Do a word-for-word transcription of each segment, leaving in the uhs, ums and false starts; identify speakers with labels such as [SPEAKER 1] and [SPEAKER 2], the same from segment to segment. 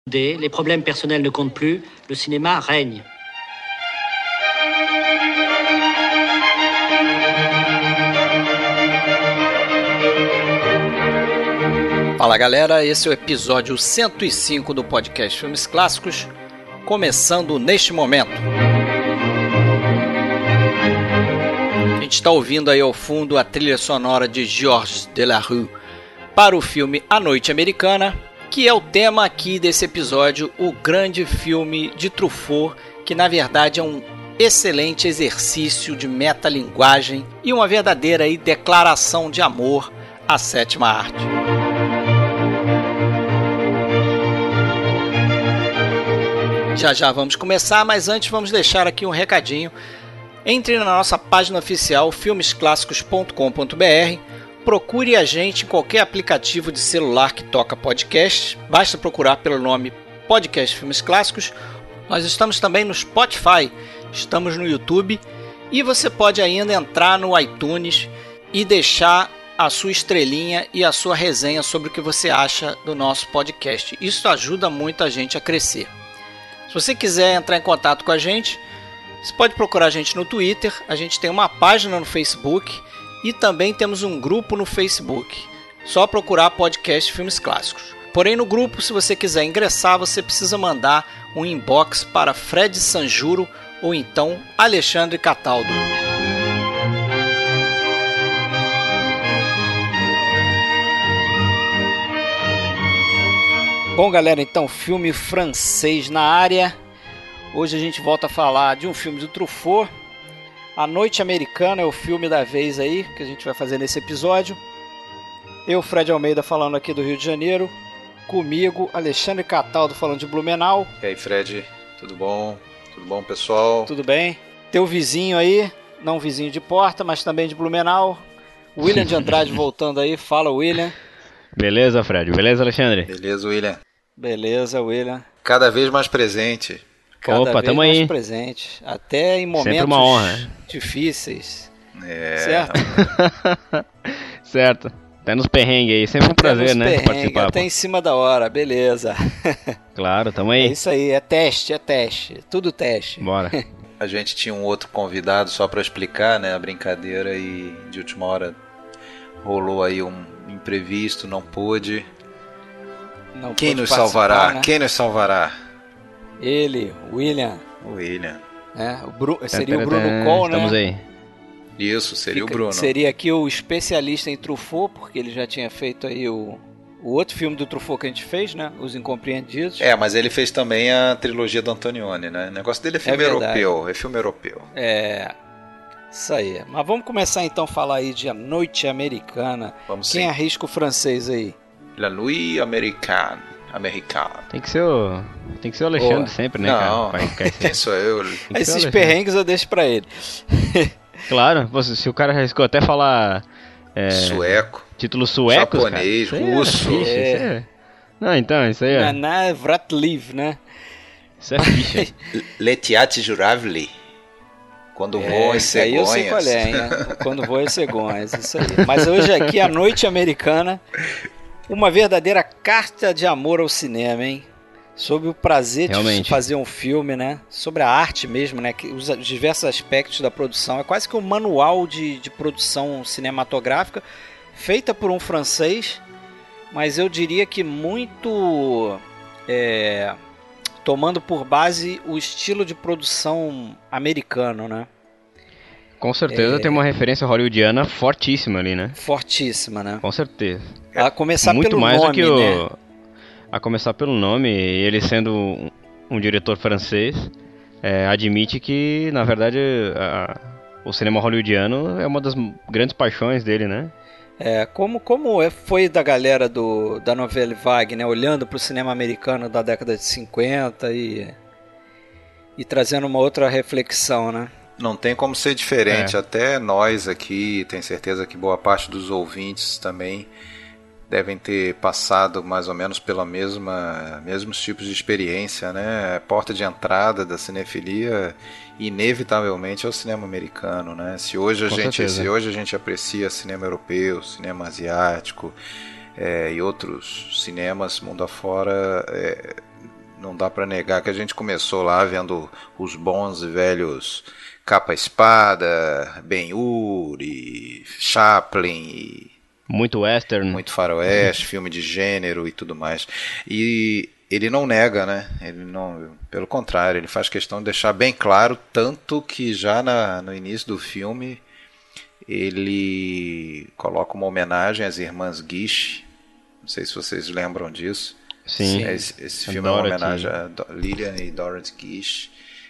[SPEAKER 1] Les problèmes personnels ne comptent plus, le cinéma règne.
[SPEAKER 2] Fala galera, esse é o episódio cento e cinco do podcast Filmes Clássicos, começando neste momento. A gente está ouvindo aí ao fundo a trilha sonora de Georges Delerue para o filme A Noite Americana, que é o tema aqui desse episódio, o grande filme de Truffaut, que na verdade é um excelente exercício de metalinguagem e uma verdadeira aí declaração de amor à sétima arte. Já já vamos começar, mas antes vamos deixar aqui um recadinho. Entre na nossa página oficial filmes clássicos ponto com ponto b r, procure a gente em qualquer aplicativo de celular que toca podcast, basta procurar pelo nome Podcast Filmes Clássicos. Nós estamos também no Spotify, estamos no YouTube e você pode ainda entrar no iTunes e deixar a sua estrelinha e a sua resenha sobre o que você acha do nosso podcast. Isso ajuda muito a gente a crescer. Se você quiser entrar em contato com a gente, você pode procurar a gente no Twitter, a gente tem uma página no Facebook e também temos um grupo no Facebook. Só procurar podcast Filmes Clássicos. Porém, no grupo, se você quiser ingressar, você precisa mandar um inbox para Fred Sanjuro ou então Alexandre Cataldo. Bom, galera, então, filme francês na área. Hoje a gente volta a falar de um filme do Truffaut. A Noite Americana é o filme da vez aí, que a gente vai fazer nesse episódio. Eu, Fred Almeida, falando aqui do Rio de Janeiro. Comigo, Alexandre Cataldo, falando de Blumenau.
[SPEAKER 3] E aí, Fred, tudo bom? Tudo bom, pessoal?
[SPEAKER 2] Tudo bem. Teu vizinho aí, não vizinho de porta, mas também de Blumenau. William de Andrade voltando aí. Fala, William.
[SPEAKER 4] Beleza, Fred? Beleza, Alexandre?
[SPEAKER 3] Beleza, William.
[SPEAKER 2] Beleza, William.
[SPEAKER 3] Cada vez mais presente.
[SPEAKER 2] Cada
[SPEAKER 4] Opa,
[SPEAKER 2] vez
[SPEAKER 4] tamo
[SPEAKER 2] mais
[SPEAKER 4] aí.
[SPEAKER 2] presente. Até em momentos
[SPEAKER 4] Sempre uma honra.
[SPEAKER 2] difíceis.
[SPEAKER 3] É.
[SPEAKER 2] Certo?
[SPEAKER 4] Certo. Até nos perrengues aí. Sempre um prazer,
[SPEAKER 2] Temos
[SPEAKER 4] né?
[SPEAKER 2] perrengue,
[SPEAKER 4] Participar.
[SPEAKER 2] até em cima da hora. Beleza.
[SPEAKER 4] Claro, tamo
[SPEAKER 2] É
[SPEAKER 4] aí.
[SPEAKER 2] isso aí. É teste, é teste. Tudo teste.
[SPEAKER 4] Bora.
[SPEAKER 3] A gente tinha um outro convidado só para explicar, né, a brincadeira, e de última hora rolou aí um imprevisto, não pôde.
[SPEAKER 2] Não
[SPEAKER 3] Quem
[SPEAKER 2] pôde
[SPEAKER 3] nos
[SPEAKER 2] participar,
[SPEAKER 3] salvará?
[SPEAKER 2] né?
[SPEAKER 3] Quem nos salvará?
[SPEAKER 2] Ele, William.
[SPEAKER 3] O William.
[SPEAKER 2] Né? O Bru... Seria o Bruno
[SPEAKER 4] Tantantã,
[SPEAKER 2] Cole, né?
[SPEAKER 4] Estamos aí.
[SPEAKER 3] Isso, seria
[SPEAKER 2] Fica-
[SPEAKER 3] o Bruno.
[SPEAKER 2] Seria aqui o especialista em Truffaut, porque ele já tinha feito aí o, o outro filme do Truffaut que a gente fez, né? Os Incompreendidos.
[SPEAKER 3] É, mas ele fez também a trilogia do Antonioni, né? O negócio dele é filme
[SPEAKER 2] É verdade.
[SPEAKER 3] europeu. É filme europeu.
[SPEAKER 2] É, isso aí. Mas vamos começar então a falar aí de A Noite Americana.
[SPEAKER 3] Vamos
[SPEAKER 2] Quem
[SPEAKER 3] sim.
[SPEAKER 2] arrisca o francês aí?
[SPEAKER 3] La Nuit Americane. Americana.
[SPEAKER 4] Tem que ser o, tem que ser o Alexandre
[SPEAKER 2] Boa.
[SPEAKER 4] sempre, né,
[SPEAKER 3] Não,
[SPEAKER 4] cara? Pra ficar esse-
[SPEAKER 3] quem sou eu?
[SPEAKER 4] tem que ser o
[SPEAKER 2] Esses
[SPEAKER 4] Alexandre.
[SPEAKER 2] perrengues eu deixo pra ele.
[SPEAKER 4] Claro, você- se o cara arriscou até falar é,
[SPEAKER 3] Sueco.
[SPEAKER 4] título sueco,
[SPEAKER 3] Japonês,
[SPEAKER 4] cara, isso aí é
[SPEAKER 3] russo.
[SPEAKER 4] ficha,
[SPEAKER 2] É.
[SPEAKER 4] isso é- Não, então, isso aí é,
[SPEAKER 2] Naná Vratliv, né?
[SPEAKER 4] isso é ficha.
[SPEAKER 3] Letiate Juravli. Quando voam as
[SPEAKER 2] isso aí eu sei
[SPEAKER 3] cegonhas.
[SPEAKER 2] qual é, hein? Quando voam as cegonhas, isso aí. Mas hoje aqui, A Noite Americana, uma verdadeira carta de amor ao cinema, hein? Sobre o prazer de
[SPEAKER 4] Realmente.
[SPEAKER 2] fazer um filme, né? Sobre a arte mesmo, né? Que os diversos aspectos da produção. É quase que um manual de, de produção cinematográfica feita por um francês, mas eu diria que muito é, tomando por base o estilo de produção americano, né?
[SPEAKER 4] Com certeza tem uma referência hollywoodiana fortíssima ali, né?
[SPEAKER 2] Fortíssima, né?
[SPEAKER 4] Com certeza.
[SPEAKER 2] A começar
[SPEAKER 4] Muito
[SPEAKER 2] pelo
[SPEAKER 4] mais
[SPEAKER 2] nome,
[SPEAKER 4] do que o...
[SPEAKER 2] né?
[SPEAKER 4] A começar pelo nome, ele sendo um, um diretor francês, é, admite que, na verdade, a- o cinema hollywoodiano é uma das grandes paixões dele, né?
[SPEAKER 2] É, como, como é- foi da galera do, da Nouvelle Vague, né? Olhando para o cinema americano da década de cinquenta e, e trazendo uma outra reflexão, né?
[SPEAKER 3] Não tem como ser diferente.
[SPEAKER 4] É.
[SPEAKER 3] Até nós aqui, tenho certeza que boa parte dos ouvintes também devem ter passado mais ou menos pela mesma mesmos tipos de experiência, né? A porta de entrada da cinefilia inevitavelmente é o cinema americano, né? Se hoje a
[SPEAKER 4] Com
[SPEAKER 3] gente
[SPEAKER 4] certeza.
[SPEAKER 3] se hoje a gente aprecia cinema europeu, cinema asiático, é, e outros cinemas mundo afora, é, não dá para negar que a gente começou lá vendo os bons e velhos Capa-Espada, Ben-Hur e Chaplin e
[SPEAKER 4] muito western,
[SPEAKER 3] muito faroeste, filme de gênero e tudo mais. E ele não nega, né? Ele não, pelo contrário, ele faz questão de deixar bem claro, tanto que já na, no início do filme ele coloca uma homenagem às irmãs Gish. Não sei se vocês lembram disso.
[SPEAKER 4] Sim.
[SPEAKER 3] Esse, esse filme Dorothy. É uma homenagem a Lillian e Dorothy Gish.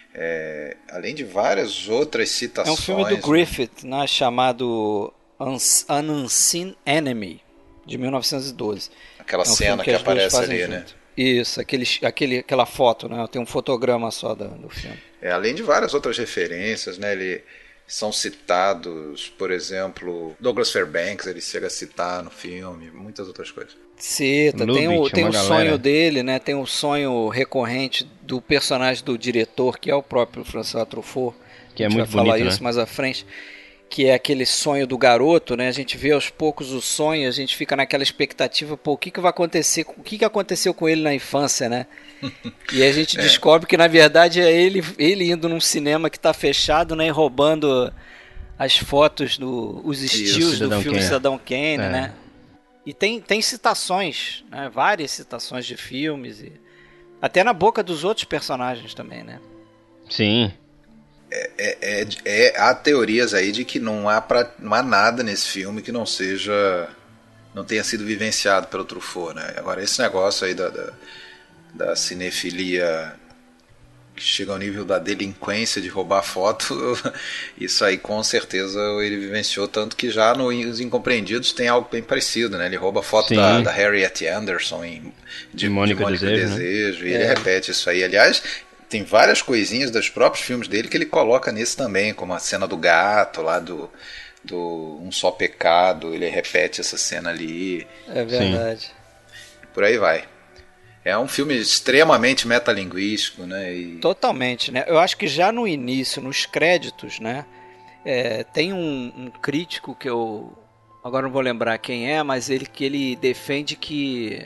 [SPEAKER 3] É, além de várias outras citações.
[SPEAKER 2] É um filme do Griffith, né, chamado An Unseen Enemy, de mil novecentos e doze.
[SPEAKER 3] Aquela é um cena que, que aparece ali, junto. Né?
[SPEAKER 2] Isso, aquele, aquele, aquela foto, né? Tem um fotograma só do, do filme.
[SPEAKER 3] É, além de várias outras referências, né? Ele, são citados, por exemplo, Douglas Fairbanks, ele chega a citar no filme, muitas outras coisas.
[SPEAKER 2] Cita, Lubitsch, tem o, tem o sonho dele, né? Tem o sonho recorrente do personagem do diretor, que é o próprio François Truffaut,
[SPEAKER 4] que é muito
[SPEAKER 2] vai falar
[SPEAKER 4] bonito,
[SPEAKER 2] isso
[SPEAKER 4] né?
[SPEAKER 2] mais à frente, que é aquele sonho do garoto, né? A gente vê aos poucos o sonho, a gente fica naquela expectativa, pô, o que, que vai acontecer, o que, que aconteceu com ele na infância, né? E a gente é. descobre que na verdade é ele, ele indo num cinema que está fechado, né? E roubando as fotos, do, os estilos do filme Kane. Cidadão Kane, é. né? E tem, tem citações, né? Várias citações de filmes, e até na boca dos outros personagens também, né?
[SPEAKER 4] Sim.
[SPEAKER 3] É, é, é, é, há teorias aí de que não há, pra, não há nada nesse filme que não seja, não tenha sido vivenciado pelo Truffaut, né? Agora esse negócio aí da, da, da cinefilia que chega ao nível da delinquência de roubar foto, isso aí com certeza ele vivenciou, tanto que já nos Incompreendidos tem algo bem parecido, né? Ele rouba foto da, da Harriet Anderson em, de, de Mônica, de Mônica Desejo, Desejo né? E é. ele repete isso aí. Aliás, tem várias coisinhas dos próprios filmes dele que ele coloca nesse também, como a cena do gato lá do, do Um Só Pecado, ele repete essa cena ali.
[SPEAKER 2] É verdade. Sim.
[SPEAKER 3] Por aí vai. É um filme extremamente metalinguístico, né? E...
[SPEAKER 2] Totalmente, né? Eu acho que já no início, nos créditos, né? É, tem um, um crítico que eu agora não vou lembrar quem é, mas ele que ele defende que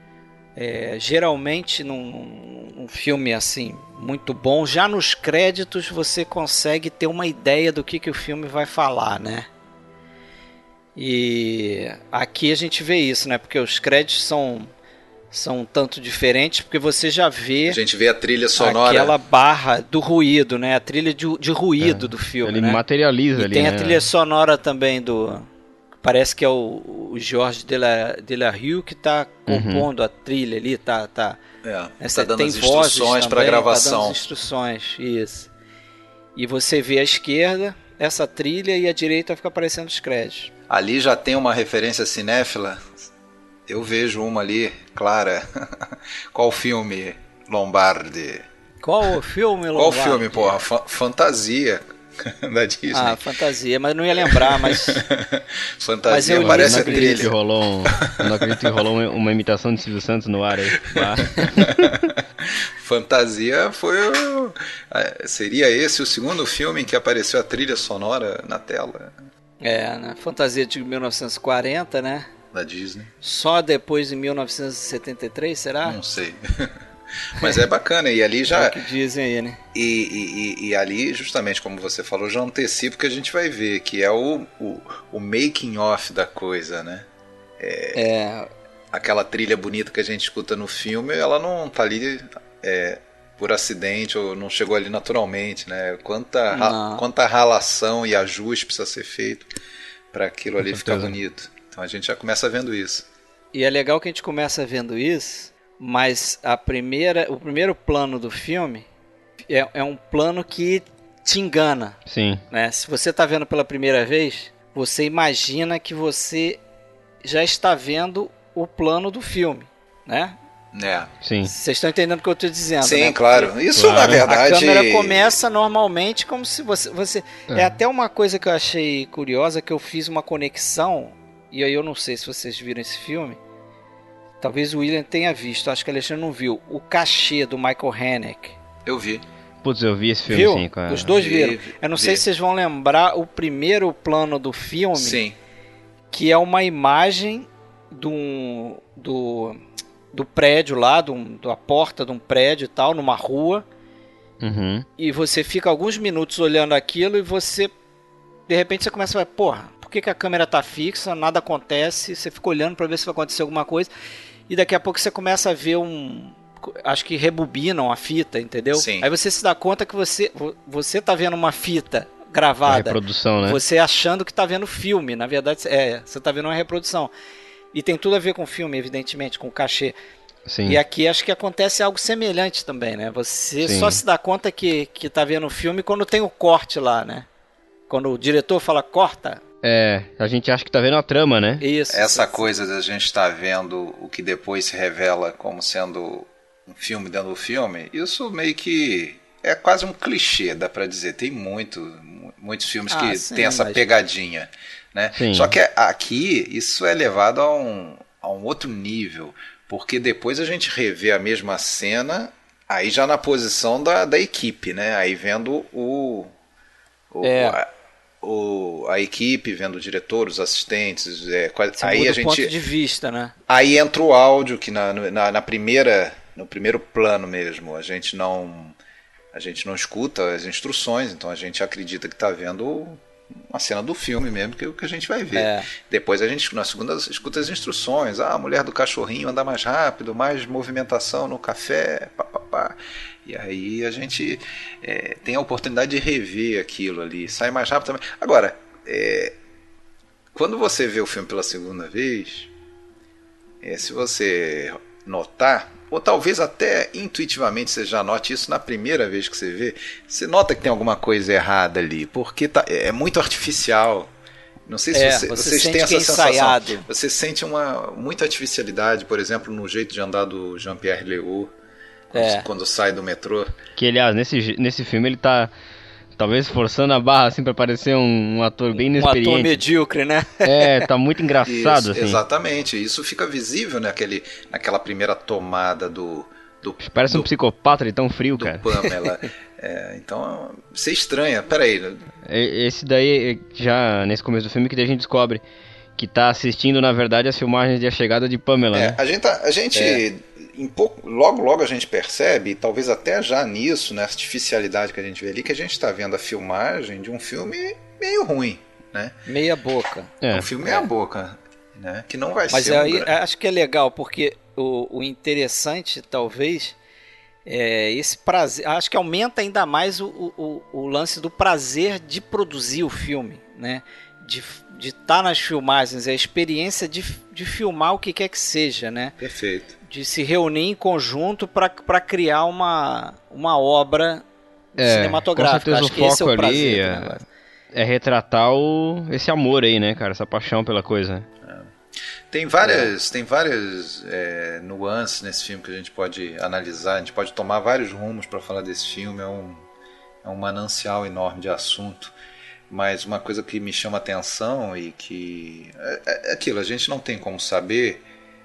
[SPEAKER 2] é, geralmente num, num filme assim muito bom, já nos créditos você consegue ter uma ideia do que, que o filme vai falar, né? E aqui a gente vê isso, né? Porque os créditos são são um tanto diferentes, porque você já vê...
[SPEAKER 3] A gente vê a trilha sonora...
[SPEAKER 2] Aquela barra do ruído, né? A trilha de, de ruído é, do filme,
[SPEAKER 4] ele
[SPEAKER 2] né?
[SPEAKER 4] materializa
[SPEAKER 2] e
[SPEAKER 4] ali,
[SPEAKER 2] tem
[SPEAKER 4] né?
[SPEAKER 2] a trilha sonora também do... Parece que é o, o Georges Delarue que está compondo uhum. a trilha ali, tá... tá
[SPEAKER 3] é,
[SPEAKER 2] essa,
[SPEAKER 3] tá dando
[SPEAKER 2] tem
[SPEAKER 3] as instruções para gravação.
[SPEAKER 2] Tá dando as instruções, isso. E você vê à esquerda essa trilha e à direita fica aparecendo os créditos.
[SPEAKER 3] Ali já tem uma referência cinéfila... Eu vejo uma ali, clara. Qual filme, Lombardi?
[SPEAKER 2] Qual o filme, Lombardi?
[SPEAKER 3] Qual filme, porra? F- Fantasia da Disney.
[SPEAKER 2] Ah, Fantasia, mas não ia lembrar, mas...
[SPEAKER 3] Fantasia,
[SPEAKER 2] mas
[SPEAKER 3] parece
[SPEAKER 4] a
[SPEAKER 3] trilha.
[SPEAKER 4] Que rolou um, não acredito que rolou uma imitação de Silvio Santos no ar aí. Ah.
[SPEAKER 3] Fantasia foi o... Seria esse o segundo filme em que apareceu a trilha sonora na tela?
[SPEAKER 2] É, né? Fantasia de mil novecentos e quarenta, né?
[SPEAKER 3] Da Disney.
[SPEAKER 2] Só depois de mil novecentos e setenta e três, será?
[SPEAKER 3] Não sei. Mas é bacana, e ali já...
[SPEAKER 2] É o que dizem aí, né?
[SPEAKER 3] E, e, e ali, justamente como você falou, já antecipa o que a gente vai ver, que é o, o, o making of da coisa, né? É,
[SPEAKER 2] é...
[SPEAKER 3] Aquela trilha bonita que a gente escuta no filme, ela não tá ali é, por acidente, ou não chegou ali naturalmente, né? Quanta, ra, quanta ralação e ajuste precisa ser feito para aquilo ali ficar bonito. Então a gente já começa vendo isso.
[SPEAKER 2] E é legal que a gente começa vendo isso, mas a primeira, o primeiro plano do filme é, é um plano que te engana.
[SPEAKER 4] Sim.
[SPEAKER 2] Né? Se você está vendo pela primeira vez, você imagina que você já está vendo o plano do filme, né?
[SPEAKER 3] É.
[SPEAKER 4] Sim.
[SPEAKER 2] Vocês estão entendendo o que eu estou dizendo,
[SPEAKER 3] Sim,
[SPEAKER 2] né?
[SPEAKER 3] claro. Isso,
[SPEAKER 4] claro.
[SPEAKER 3] na verdade...
[SPEAKER 2] A câmera começa normalmente como se você... você... É. é até uma coisa que eu achei curiosa, que eu fiz uma conexão... E aí eu não sei se vocês viram esse filme. Talvez o William tenha visto. Acho que o Alexandre não viu. O Cachê, do Michael Haneke.
[SPEAKER 3] Eu vi.
[SPEAKER 4] Putz, eu vi esse filme,
[SPEAKER 2] viu?
[SPEAKER 4] sim. Cara.
[SPEAKER 2] Os dois
[SPEAKER 3] vi,
[SPEAKER 2] viram. Eu não vi. sei se vocês vão lembrar o primeiro plano do filme.
[SPEAKER 3] Sim.
[SPEAKER 2] Que é uma imagem do... do do prédio lá, do, da porta de um prédio e tal, numa rua.
[SPEAKER 4] Uhum.
[SPEAKER 2] E você fica alguns minutos olhando aquilo e você, de repente, você começa a falar, porra, por que, que a câmera tá fixa, nada acontece, você fica olhando pra ver se vai acontecer alguma coisa, e daqui a pouco você começa a ver um... Acho que rebobinam a fita, entendeu?
[SPEAKER 3] Sim.
[SPEAKER 2] Aí você se dá conta que você, você tá vendo uma fita gravada.
[SPEAKER 4] A reprodução, né?
[SPEAKER 2] Você achando que tá vendo filme, na verdade, é, você tá vendo uma reprodução. E tem tudo a ver com filme, evidentemente, com cachê.
[SPEAKER 4] Sim.
[SPEAKER 2] E aqui acho que acontece algo semelhante também, né? Você
[SPEAKER 4] Sim.
[SPEAKER 2] só se dá conta que, que tá vendo o filme quando tem o corte lá, né? Quando o diretor fala, corta.
[SPEAKER 4] É, a gente acha que tá vendo a trama, né?
[SPEAKER 2] Isso.
[SPEAKER 3] Essa coisa da gente estar vendo o que depois se revela como sendo um filme dentro do filme, isso meio que é quase um clichê, dá pra dizer. Tem muito, muitos filmes
[SPEAKER 2] Ah,
[SPEAKER 3] que
[SPEAKER 2] sim,
[SPEAKER 3] tem essa
[SPEAKER 2] mas...
[SPEAKER 3] pegadinha, né?
[SPEAKER 4] Sim.
[SPEAKER 3] Só que aqui isso é levado a um, a um outro nível, porque depois a gente revê a mesma cena, aí já na posição da, da equipe, né? Aí vendo o... o
[SPEAKER 2] É.
[SPEAKER 3] a, o, a equipe, vendo o diretor, os assistentes, é,
[SPEAKER 2] Você
[SPEAKER 3] aí
[SPEAKER 2] muda
[SPEAKER 3] a
[SPEAKER 2] o
[SPEAKER 3] gente...
[SPEAKER 2] ponto de vista, né?
[SPEAKER 3] Aí entra o áudio, que na, na, na primeira, no primeiro plano mesmo, a gente não a gente não escuta as instruções, então a gente acredita que está vendo uma cena do filme mesmo, que é o que a gente vai ver.
[SPEAKER 2] É.
[SPEAKER 3] Depois a gente, na segunda, escuta as instruções. Ah, a mulher do cachorrinho anda mais rápido, mais movimentação no café, pá, pá, pá. E aí a gente é, tem a oportunidade de rever aquilo ali, sai mais rápido também. Agora, é, quando você vê o filme pela segunda vez, é, se você notar, ou talvez até intuitivamente você já note isso na primeira vez que você vê, você nota que tem alguma coisa errada ali, porque tá, é muito artificial. Não sei se
[SPEAKER 2] É,
[SPEAKER 3] você,
[SPEAKER 2] você
[SPEAKER 3] vocês
[SPEAKER 2] sente
[SPEAKER 3] têm essa
[SPEAKER 2] que é
[SPEAKER 3] sensação.
[SPEAKER 2] ensaiado.
[SPEAKER 3] Você sente uma muita artificialidade, por exemplo, no jeito de andar do Jean-Pierre Léaud, quando,
[SPEAKER 2] É.
[SPEAKER 3] quando sai do metrô.
[SPEAKER 4] Que, aliás, nesse, nesse filme ele tá talvez forçando a barra, assim, pra parecer um, um ator bem
[SPEAKER 2] Um
[SPEAKER 4] inexperiente.
[SPEAKER 2] ator medíocre, né?
[SPEAKER 4] É, tá muito engraçado,
[SPEAKER 3] Isso,
[SPEAKER 4] assim.
[SPEAKER 3] exatamente. Isso fica visível naquele, naquela primeira tomada do... do
[SPEAKER 4] Parece
[SPEAKER 3] do,
[SPEAKER 4] um psicopata de tão frio,
[SPEAKER 3] do
[SPEAKER 4] cara.
[SPEAKER 3] Pamela. É, então, você estranha. Peraí.
[SPEAKER 4] É, esse daí, já nesse começo do filme, que daí a gente descobre que tá assistindo, na verdade, as filmagens de A Chegada de Pamela,
[SPEAKER 3] É,
[SPEAKER 4] né?
[SPEAKER 3] a gente, tá- a gente
[SPEAKER 2] É.
[SPEAKER 3] em pouco, logo logo a gente percebe, e talvez até já nisso, na artificialidade que a gente vê ali, que a gente está vendo a filmagem de um filme meio ruim, né?
[SPEAKER 2] Meia boca.
[SPEAKER 4] É.
[SPEAKER 3] Um filme meia boca, né? Que não vai
[SPEAKER 2] Mas
[SPEAKER 3] ser um
[SPEAKER 2] aí
[SPEAKER 3] gra-
[SPEAKER 2] acho que é legal, porque o, o interessante, talvez, é esse prazer. Acho que aumenta ainda mais o, o, o lance do prazer de produzir o filme, né? De de estar nas filmagens, a experiência de, de filmar o que quer que seja, né?
[SPEAKER 3] Perfeito.
[SPEAKER 2] De se reunir em conjunto para criar uma, uma obra
[SPEAKER 4] É,
[SPEAKER 2] cinematográfica.
[SPEAKER 4] com certeza
[SPEAKER 2] Acho
[SPEAKER 4] o
[SPEAKER 2] que esse é
[SPEAKER 4] foco
[SPEAKER 2] o prazer
[SPEAKER 4] ali
[SPEAKER 2] do
[SPEAKER 4] é-
[SPEAKER 2] negócio.
[SPEAKER 4] É retratar o, esse amor aí, né, cara? Essa paixão pela coisa.
[SPEAKER 3] Tem várias, tem várias é, nuances nesse filme que a gente pode analisar, a gente pode tomar vários rumos para falar desse filme, é um, é um manancial enorme de assunto. Mas uma coisa que me chama atenção e que é, é aquilo, a gente não tem como saber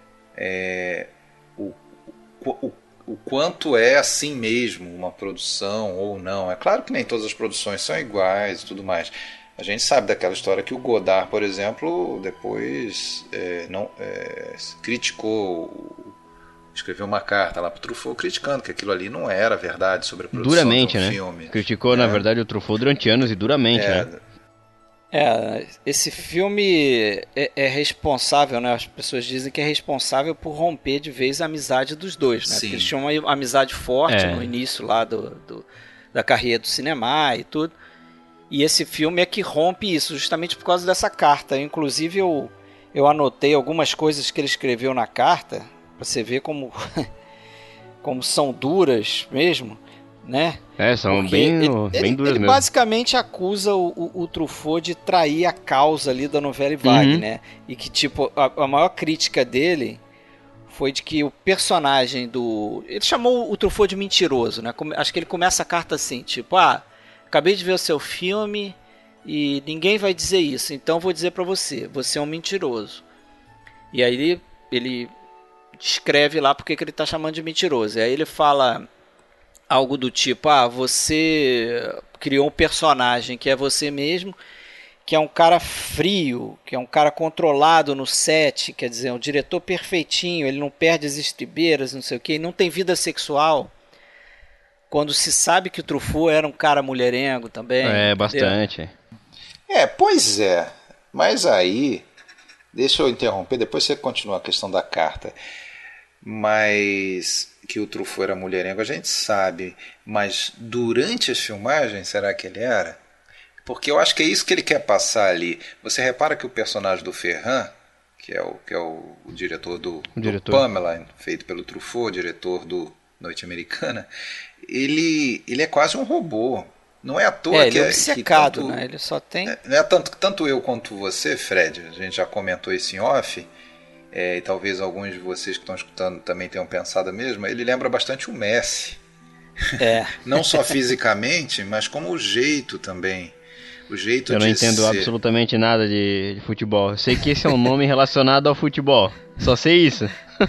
[SPEAKER 3] é, o, o, o quanto é assim mesmo uma produção ou não. É claro que nem todas as produções são iguais e tudo mais. A gente sabe daquela história que o Godard, por exemplo, depois é, não, é, criticou, escreveu uma carta lá para o Truffaut criticando que aquilo ali não era verdade sobre a produção
[SPEAKER 4] Duramente,
[SPEAKER 3] de um
[SPEAKER 4] né?
[SPEAKER 3] filme.
[SPEAKER 4] Criticou, na
[SPEAKER 3] É.
[SPEAKER 4] verdade, o Truffaut durante anos e duramente,
[SPEAKER 3] É,
[SPEAKER 4] né?
[SPEAKER 2] É, esse filme é, é responsável, né? As pessoas dizem que é responsável por romper de vez a amizade dos dois, né?
[SPEAKER 3] Sim.
[SPEAKER 2] Porque eles tinham uma amizade forte
[SPEAKER 4] É.
[SPEAKER 2] no início lá do, do- da carreira do cinema e tudo. E esse filme é que rompe isso, justamente por causa dessa carta. Inclusive eu, eu anotei algumas coisas que ele escreveu na carta, pra você ver como, como são duras mesmo, né?
[SPEAKER 4] É, são
[SPEAKER 2] Porque
[SPEAKER 4] bem,
[SPEAKER 2] ele,
[SPEAKER 4] bem
[SPEAKER 2] ele-
[SPEAKER 4] duras
[SPEAKER 2] ele
[SPEAKER 4] mesmo.
[SPEAKER 2] basicamente acusa o, o, o Truffaut de trair a causa ali da novela Vague,
[SPEAKER 4] Uhum.
[SPEAKER 2] né? E que, tipo, a, a maior crítica dele foi de que o personagem do... Ele chamou o Truffaut de mentiroso, né? Come- Acho que ele começa a carta assim, tipo, ah, acabei de ver o seu filme e ninguém vai dizer isso, então eu vou dizer pra você, você é um mentiroso. E aí ele, ele descreve lá porque que ele tá chamando de mentiroso. E aí ele fala algo do tipo, ah, você criou um personagem que é você mesmo, que é um cara frio, que é um cara controlado no set, quer dizer, um diretor perfeitinho, ele não perde as estribeiras, não sei o quê, não tem vida sexual. Quando se sabe que o Truffaut era um cara mulherengo também.
[SPEAKER 4] É,
[SPEAKER 2] entendeu?
[SPEAKER 4] bastante.
[SPEAKER 3] É, pois é. Mas aí, deixa eu interromper, depois você continua a questão da carta. Mas que o Truffaut era mulherengo, a gente sabe. Mas durante as filmagens, será que ele era? Porque eu acho que é isso que ele quer passar ali. Você repara que o personagem do Ferran, que é o, que é o, o diretor do,
[SPEAKER 4] o
[SPEAKER 3] do
[SPEAKER 4] diretor.
[SPEAKER 3] Pamela, feito pelo Truffaut, diretor do Noite Americana, ele, ele é quase um robô. Não é à toa
[SPEAKER 2] é,
[SPEAKER 3] que
[SPEAKER 2] ele é
[SPEAKER 3] é
[SPEAKER 2] obcecado,
[SPEAKER 3] que tanto,
[SPEAKER 2] né? Ele só tem...
[SPEAKER 3] É, não é tanto, tanto eu quanto você, Fred, a gente já comentou isso em off, é, e talvez alguns de vocês que estão escutando também tenham pensado mesmo, ele lembra bastante o Messi.
[SPEAKER 2] É.
[SPEAKER 3] Não só fisicamente, mas como o jeito também. O jeito
[SPEAKER 4] Eu não
[SPEAKER 3] de
[SPEAKER 4] entendo
[SPEAKER 3] ser.
[SPEAKER 4] absolutamente nada de, de futebol. Eu sei que esse é um nome relacionado ao futebol. Só sei isso.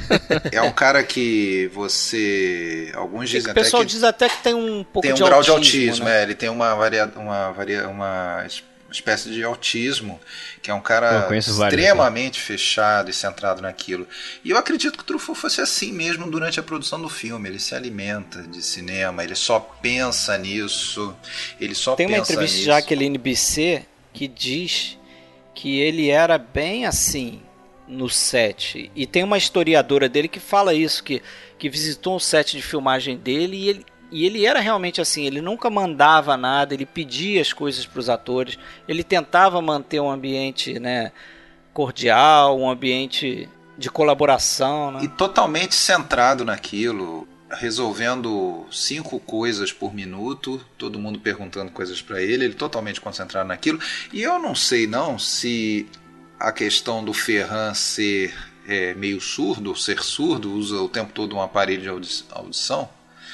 [SPEAKER 3] É um cara que você... Alguns dizem
[SPEAKER 2] O pessoal
[SPEAKER 3] até que
[SPEAKER 2] diz até que tem um pouco
[SPEAKER 3] tem um
[SPEAKER 2] de
[SPEAKER 3] grau
[SPEAKER 2] autismo,
[SPEAKER 3] de autismo,
[SPEAKER 2] né?
[SPEAKER 3] é, ele tem uma, varia, uma, varia, uma espécie de autismo, que é um cara extremamente fechado e centrado naquilo. E eu acredito que o Truffaut fosse assim mesmo durante a produção do filme. Ele se alimenta de cinema, ele só pensa nisso, ele só
[SPEAKER 2] tem
[SPEAKER 3] pensa
[SPEAKER 2] uma entrevista
[SPEAKER 3] nisso.
[SPEAKER 2] de Jacqueline Bisset que diz que ele era bem assim no set. E tem uma historiadora dele que fala isso, que, que visitou um set de filmagem dele e ele, e ele era realmente assim, ele nunca mandava nada, ele pedia as coisas para os atores, ele tentava manter um ambiente, né, cordial, um ambiente de colaboração, né?
[SPEAKER 3] E totalmente centrado naquilo, resolvendo cinco coisas por minuto, todo mundo perguntando coisas para ele, ele totalmente concentrado naquilo. E eu não sei não se a questão do Ferran ser é, meio surdo, ser surdo, usa o tempo todo um aparelho de audi- audição,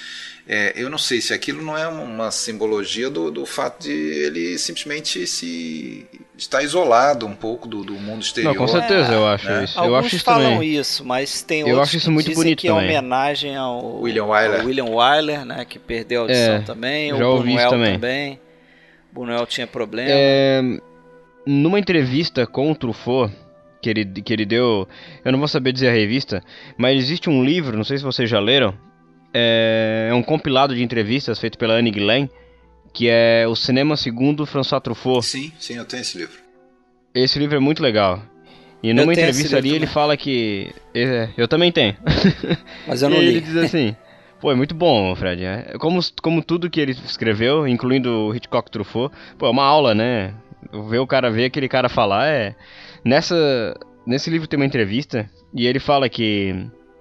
[SPEAKER 3] é, eu não sei se aquilo não é uma simbologia do, do fato de ele simplesmente se estar isolado um pouco do, do mundo exterior.
[SPEAKER 4] Não, com certeza, eu acho
[SPEAKER 3] né?
[SPEAKER 4] isso.
[SPEAKER 2] Alguns
[SPEAKER 4] eu acho isso
[SPEAKER 2] falam
[SPEAKER 4] também.
[SPEAKER 2] isso, mas tem
[SPEAKER 4] Eu
[SPEAKER 2] outros
[SPEAKER 4] acho isso
[SPEAKER 2] que
[SPEAKER 4] muito
[SPEAKER 2] dizem
[SPEAKER 4] bonito
[SPEAKER 2] que é
[SPEAKER 4] também.
[SPEAKER 2] homenagem ao
[SPEAKER 3] William Wyler.
[SPEAKER 2] ao William Wyler, né, que perdeu a audição
[SPEAKER 4] É,
[SPEAKER 2] também,
[SPEAKER 4] já
[SPEAKER 2] o
[SPEAKER 4] ouvi isso
[SPEAKER 2] Buñuel
[SPEAKER 4] também.
[SPEAKER 2] também. Buñuel tinha problema.
[SPEAKER 4] É, numa entrevista com o Truffaut, que ele, que ele deu, eu não vou saber dizer a revista, mas existe um livro, não sei se vocês já leram, é, é um compilado de entrevistas feito pela Anne Guilhem, que é O Cinema Segundo François Truffaut.
[SPEAKER 3] Sim, sim, eu tenho esse livro.
[SPEAKER 4] Esse livro é muito legal. E numa
[SPEAKER 2] tenho esse
[SPEAKER 4] entrevista ali
[SPEAKER 2] livro
[SPEAKER 4] ele
[SPEAKER 2] também.
[SPEAKER 4] fala que... é, eu também tenho.
[SPEAKER 2] Mas eu não
[SPEAKER 4] E
[SPEAKER 2] li.
[SPEAKER 4] ele diz assim... Pô, é muito bom, Fred. É, como, como tudo que ele escreveu, incluindo o Hitchcock Truffaut, pô, é uma aula, né? Ver o cara, ver aquele cara falar é... Nessa, nesse livro tem uma entrevista e ele fala que...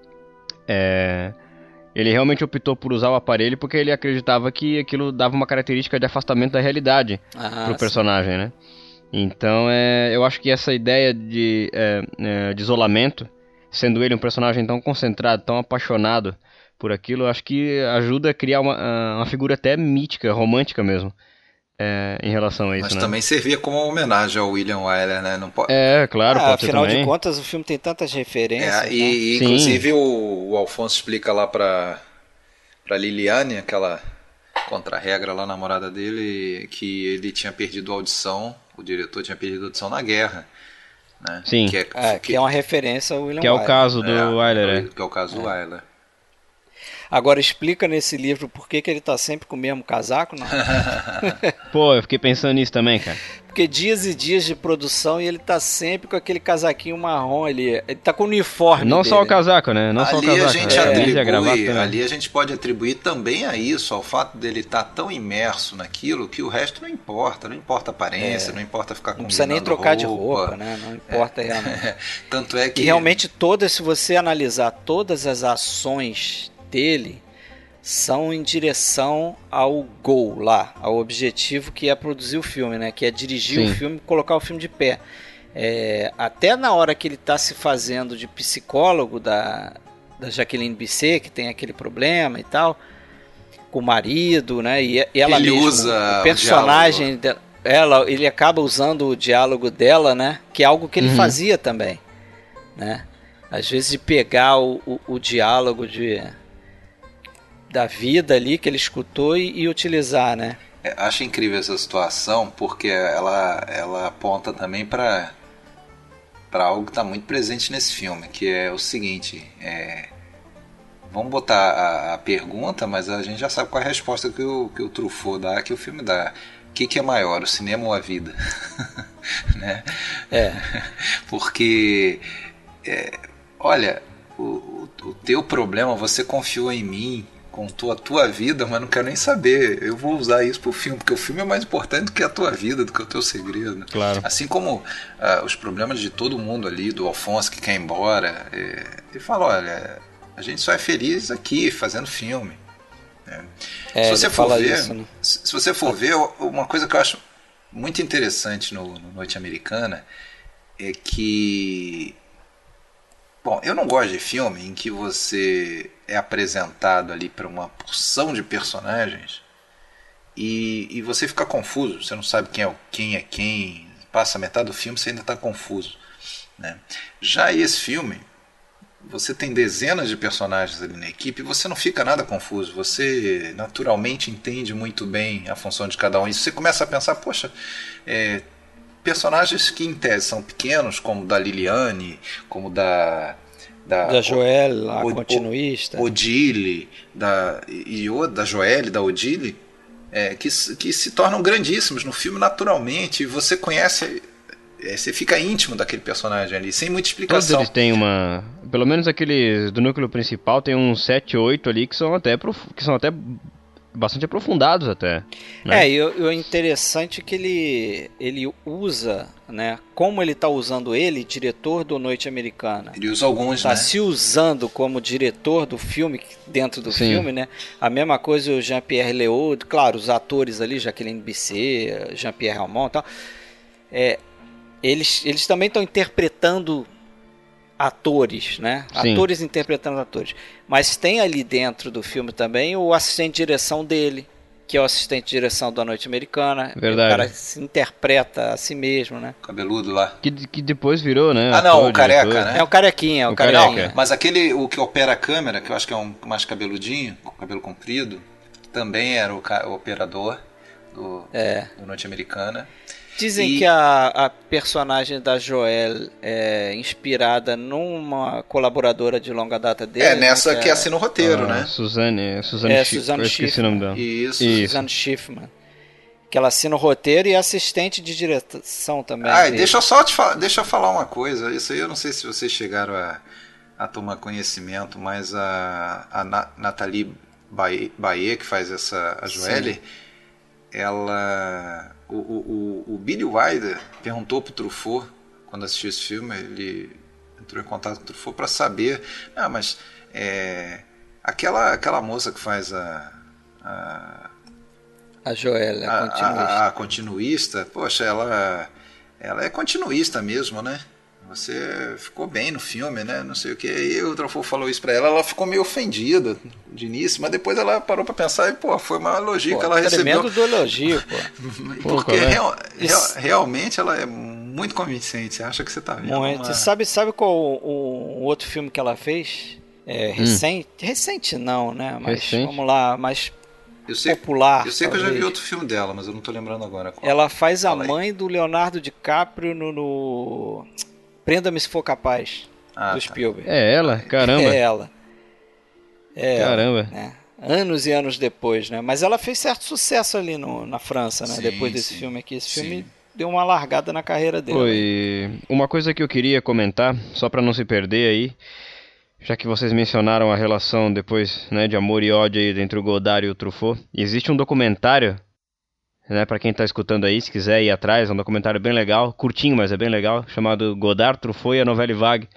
[SPEAKER 4] É, ele realmente optou por usar o aparelho porque ele acreditava que aquilo dava uma característica de afastamento da realidade
[SPEAKER 2] Ah,
[SPEAKER 4] pro
[SPEAKER 2] sim.
[SPEAKER 4] personagem, né? Então, é, eu acho que essa ideia de, é, é, de isolamento, sendo ele um personagem tão concentrado, tão apaixonado por aquilo, eu acho que ajuda a criar uma, uma figura até mítica, romântica mesmo, é, em relação a isso,
[SPEAKER 3] Mas
[SPEAKER 4] né?
[SPEAKER 3] também servia como uma homenagem ao William Wyler, né? Não pode...
[SPEAKER 4] É, claro,
[SPEAKER 2] Ah,
[SPEAKER 4] pode ser
[SPEAKER 2] afinal
[SPEAKER 4] também.
[SPEAKER 2] de contas, o filme tem tantas referências,
[SPEAKER 3] É,
[SPEAKER 2] né?
[SPEAKER 3] e, e
[SPEAKER 4] Sim.
[SPEAKER 3] inclusive o, o Alfonso explica lá pra, pra Liliane, aquela contra-regra lá, namorada dele, que ele tinha perdido a audição, o diretor tinha perdido a audição na guerra. Né?
[SPEAKER 4] Sim.
[SPEAKER 3] Que é,
[SPEAKER 2] É, que é uma referência ao William
[SPEAKER 4] Que é o
[SPEAKER 2] Wyler.
[SPEAKER 4] caso do
[SPEAKER 3] é,
[SPEAKER 4] Wyler, é.
[SPEAKER 3] Que é o caso do Wyler.
[SPEAKER 2] Agora explica nesse livro por que, que ele tá sempre com o mesmo casaco, não?
[SPEAKER 4] Pô, eu fiquei pensando nisso também, cara.
[SPEAKER 2] Porque dias e dias de produção e ele tá sempre com aquele casaquinho marrom ali. Ele tá com o uniforme
[SPEAKER 4] Não
[SPEAKER 2] dele,
[SPEAKER 4] só o
[SPEAKER 2] né?
[SPEAKER 4] casaco, né? Não só o
[SPEAKER 3] Ali
[SPEAKER 4] casaco.
[SPEAKER 3] a gente
[SPEAKER 4] né? Camisa e a gravata
[SPEAKER 3] atribui,
[SPEAKER 4] também.
[SPEAKER 3] ali a gente pode atribuir também a isso, ao fato dele estar tão imerso naquilo que o resto não importa, não importa a aparência,
[SPEAKER 2] É.
[SPEAKER 3] não importa ficar
[SPEAKER 2] Não precisa nem
[SPEAKER 3] combinando
[SPEAKER 2] trocar de
[SPEAKER 3] roupa.
[SPEAKER 2] roupa, né? Não importa realmente.
[SPEAKER 3] Tanto é que
[SPEAKER 2] E realmente todas, se você analisar todas as ações dele, são em direção ao goal lá, ao objetivo que é produzir o filme, né? Que é dirigir
[SPEAKER 4] Sim.
[SPEAKER 2] o filme e colocar o filme de pé. É, até na hora que ele está se fazendo de psicólogo da, da Jacqueline Bisset, que tem aquele problema e tal, com o marido, né? E, e ela
[SPEAKER 3] Ele
[SPEAKER 2] mesmo,
[SPEAKER 3] usa
[SPEAKER 2] o
[SPEAKER 3] o
[SPEAKER 2] personagem dela, ela, ele acaba usando o diálogo dela, né? Que é algo que ele
[SPEAKER 4] Uhum.
[SPEAKER 2] fazia também, né? Às vezes de pegar o, o, o diálogo de da vida ali que ele escutou e, e utilizar, né?
[SPEAKER 3] É, acho incrível essa situação, porque ela, ela aponta também para para algo que está muito presente nesse filme, que é o seguinte, é, vamos botar a, a pergunta, mas a gente já sabe qual é a resposta que o, que o Truffaut dá, que o filme dá. O que, que é maior, o cinema ou a vida? Né?
[SPEAKER 2] É.
[SPEAKER 3] Porque, é, olha, o, o, o teu problema, você confiou em mim, contou a tua vida, mas não quero nem saber. Eu vou usar isso pro filme, porque o filme é mais importante do que a tua vida, do que o teu segredo.
[SPEAKER 4] Claro.
[SPEAKER 3] Assim como uh, os problemas de todo mundo ali, do Alfonso que quer ir embora, é, ele fala, olha, a gente só é feliz aqui, fazendo filme. É.
[SPEAKER 2] É,
[SPEAKER 3] se você for ver,
[SPEAKER 2] isso, né?
[SPEAKER 3] se, se você for ver, uma coisa que eu acho muito interessante no, no Noite Americana é que, bom, eu não gosto de filme em que você é apresentado ali para uma porção de personagens e, e você fica confuso, você não sabe quem é, quem é quem, passa metade do filme você ainda está confuso, né? Já esse filme, você tem dezenas de personagens ali na equipe e você não fica nada confuso, você naturalmente entende muito bem a função de cada um e você começa a pensar, poxa, é, personagens que em tese são pequenos, como da Liliane, como da da,
[SPEAKER 2] da Joelle, a
[SPEAKER 3] o,
[SPEAKER 2] continuista,
[SPEAKER 3] Odile, da, e o, da Joelle, da Odile, é, que, que se tornam grandíssimos no filme naturalmente, e você conhece, é, você fica íntimo daquele personagem ali, sem muita explicação.
[SPEAKER 4] Todos eles têm uma... Pelo menos aqueles do núcleo principal tem uns sete, oito ali que são até, prof... que são até bastante aprofundados até. Né?
[SPEAKER 2] É, e o interessante é que ele, ele usa, né, como ele está usando ele, diretor do Noite Americana.
[SPEAKER 3] Ele usa alguns,
[SPEAKER 2] tá
[SPEAKER 3] né?
[SPEAKER 2] se usando como diretor do filme, dentro do
[SPEAKER 4] Sim.
[SPEAKER 2] filme, né? A mesma coisa o Jean-Pierre Léaud, claro, os atores ali, Jacqueline Bisset, Jean-Pierre Helmont e tal, é, eles, eles também estão interpretando atores, né?
[SPEAKER 4] Sim.
[SPEAKER 2] Atores interpretando atores. Mas tem ali dentro do filme também o assistente de direção dele, que é o assistente de direção da Noite Americana.
[SPEAKER 4] Verdade.
[SPEAKER 2] O cara se interpreta a si mesmo, né?
[SPEAKER 3] Cabeludo lá.
[SPEAKER 4] Que, que depois virou, né?
[SPEAKER 3] Ah, não,
[SPEAKER 4] ator,
[SPEAKER 3] o careca,
[SPEAKER 4] diretor.
[SPEAKER 3] né?
[SPEAKER 2] É o carequinha, é o,
[SPEAKER 4] O
[SPEAKER 2] carequinha.
[SPEAKER 4] careca.
[SPEAKER 3] Mas aquele, o que opera a câmera, que eu acho que é um mais cabeludinho, com cabelo comprido, também era o, ca- o operador do,
[SPEAKER 2] É.
[SPEAKER 3] do Noite Americana.
[SPEAKER 2] Dizem
[SPEAKER 3] E-
[SPEAKER 2] que a, a personagem da Joelle é inspirada numa colaboradora de longa data dele.
[SPEAKER 3] É, nessa
[SPEAKER 2] né,
[SPEAKER 3] que assina o roteiro,
[SPEAKER 4] Ah,
[SPEAKER 3] né?
[SPEAKER 4] Suzane, Suzane,
[SPEAKER 2] É,
[SPEAKER 4] Schi-
[SPEAKER 2] Suzane
[SPEAKER 4] eu esqueci
[SPEAKER 2] Schiffman.
[SPEAKER 4] o nome dela.
[SPEAKER 3] Isso.
[SPEAKER 4] Isso.
[SPEAKER 2] Suzanne Schiffman. Que ela assina o roteiro e é assistente de direção também.
[SPEAKER 3] Ah,
[SPEAKER 2] dele.
[SPEAKER 3] deixa eu só te falar, deixa eu falar uma coisa. Isso aí eu não sei se vocês chegaram a, a tomar conhecimento, mas a, a Na- Nathalie Baye, Baye, que faz essa a Joelle,
[SPEAKER 2] Sim.
[SPEAKER 3] ela. O, o, o, o Billy Wilder perguntou pro Truffaut, quando assistiu esse filme, ele entrou em contato com o Truffaut para saber. Ah, mas é, aquela, aquela moça que faz a. a
[SPEAKER 2] A Joelle, a,
[SPEAKER 3] a,
[SPEAKER 2] continuista.
[SPEAKER 3] a, a continuista, poxa, ela, ela é continuista mesmo, né? Você ficou bem no filme, né? Não sei o que. E o Truffaut falou isso pra ela, ela ficou meio ofendida de início, mas depois ela parou pra pensar e, pô, foi um elogio
[SPEAKER 2] Pô,
[SPEAKER 3] que ela
[SPEAKER 2] tremendo
[SPEAKER 3] recebeu.
[SPEAKER 2] do elogio, pô.
[SPEAKER 3] Porque
[SPEAKER 4] Pô, né?
[SPEAKER 3] real-
[SPEAKER 2] Isso-
[SPEAKER 3] real- realmente ela é muito convincente. Você acha que você tá vendo
[SPEAKER 2] Muito.
[SPEAKER 3] uma...
[SPEAKER 2] Sabe, sabe qual o, o outro filme que ela fez? É, recente? Recente não, né? Mas
[SPEAKER 4] Recente.
[SPEAKER 2] vamos lá, mais
[SPEAKER 3] Eu sei,
[SPEAKER 2] popular.
[SPEAKER 3] eu sei que eu já vi
[SPEAKER 2] talvez.
[SPEAKER 3] outro filme dela, mas eu não tô lembrando agora qual.
[SPEAKER 2] Ela faz a
[SPEAKER 3] Fala aí.
[SPEAKER 2] mãe do Leonardo DiCaprio no, no... Prenda-me se for capaz,
[SPEAKER 3] Ah,
[SPEAKER 2] do
[SPEAKER 3] tá.
[SPEAKER 2] Spielberg.
[SPEAKER 4] É ela? Caramba.
[SPEAKER 2] É ela. É ela,
[SPEAKER 4] Caramba.
[SPEAKER 2] né? Anos e anos depois, né? Mas ela fez certo sucesso ali no, na França, né?
[SPEAKER 3] Sim,
[SPEAKER 2] Depois desse
[SPEAKER 3] sim.
[SPEAKER 2] filme aqui. Esse
[SPEAKER 3] Sim.
[SPEAKER 2] filme deu uma largada na carreira dele.
[SPEAKER 4] Foi uma coisa que eu queria comentar, só pra não se perder aí, já que vocês mencionaram a relação depois, né, de amor e ódio aí entre o Godard e o Truffaut. Existe um documentário, né, para quem tá escutando aí, se quiser ir atrás, é um documentário bem legal, curtinho, mas é bem legal, chamado Godard, Truffaut e a Nouvelle Vague.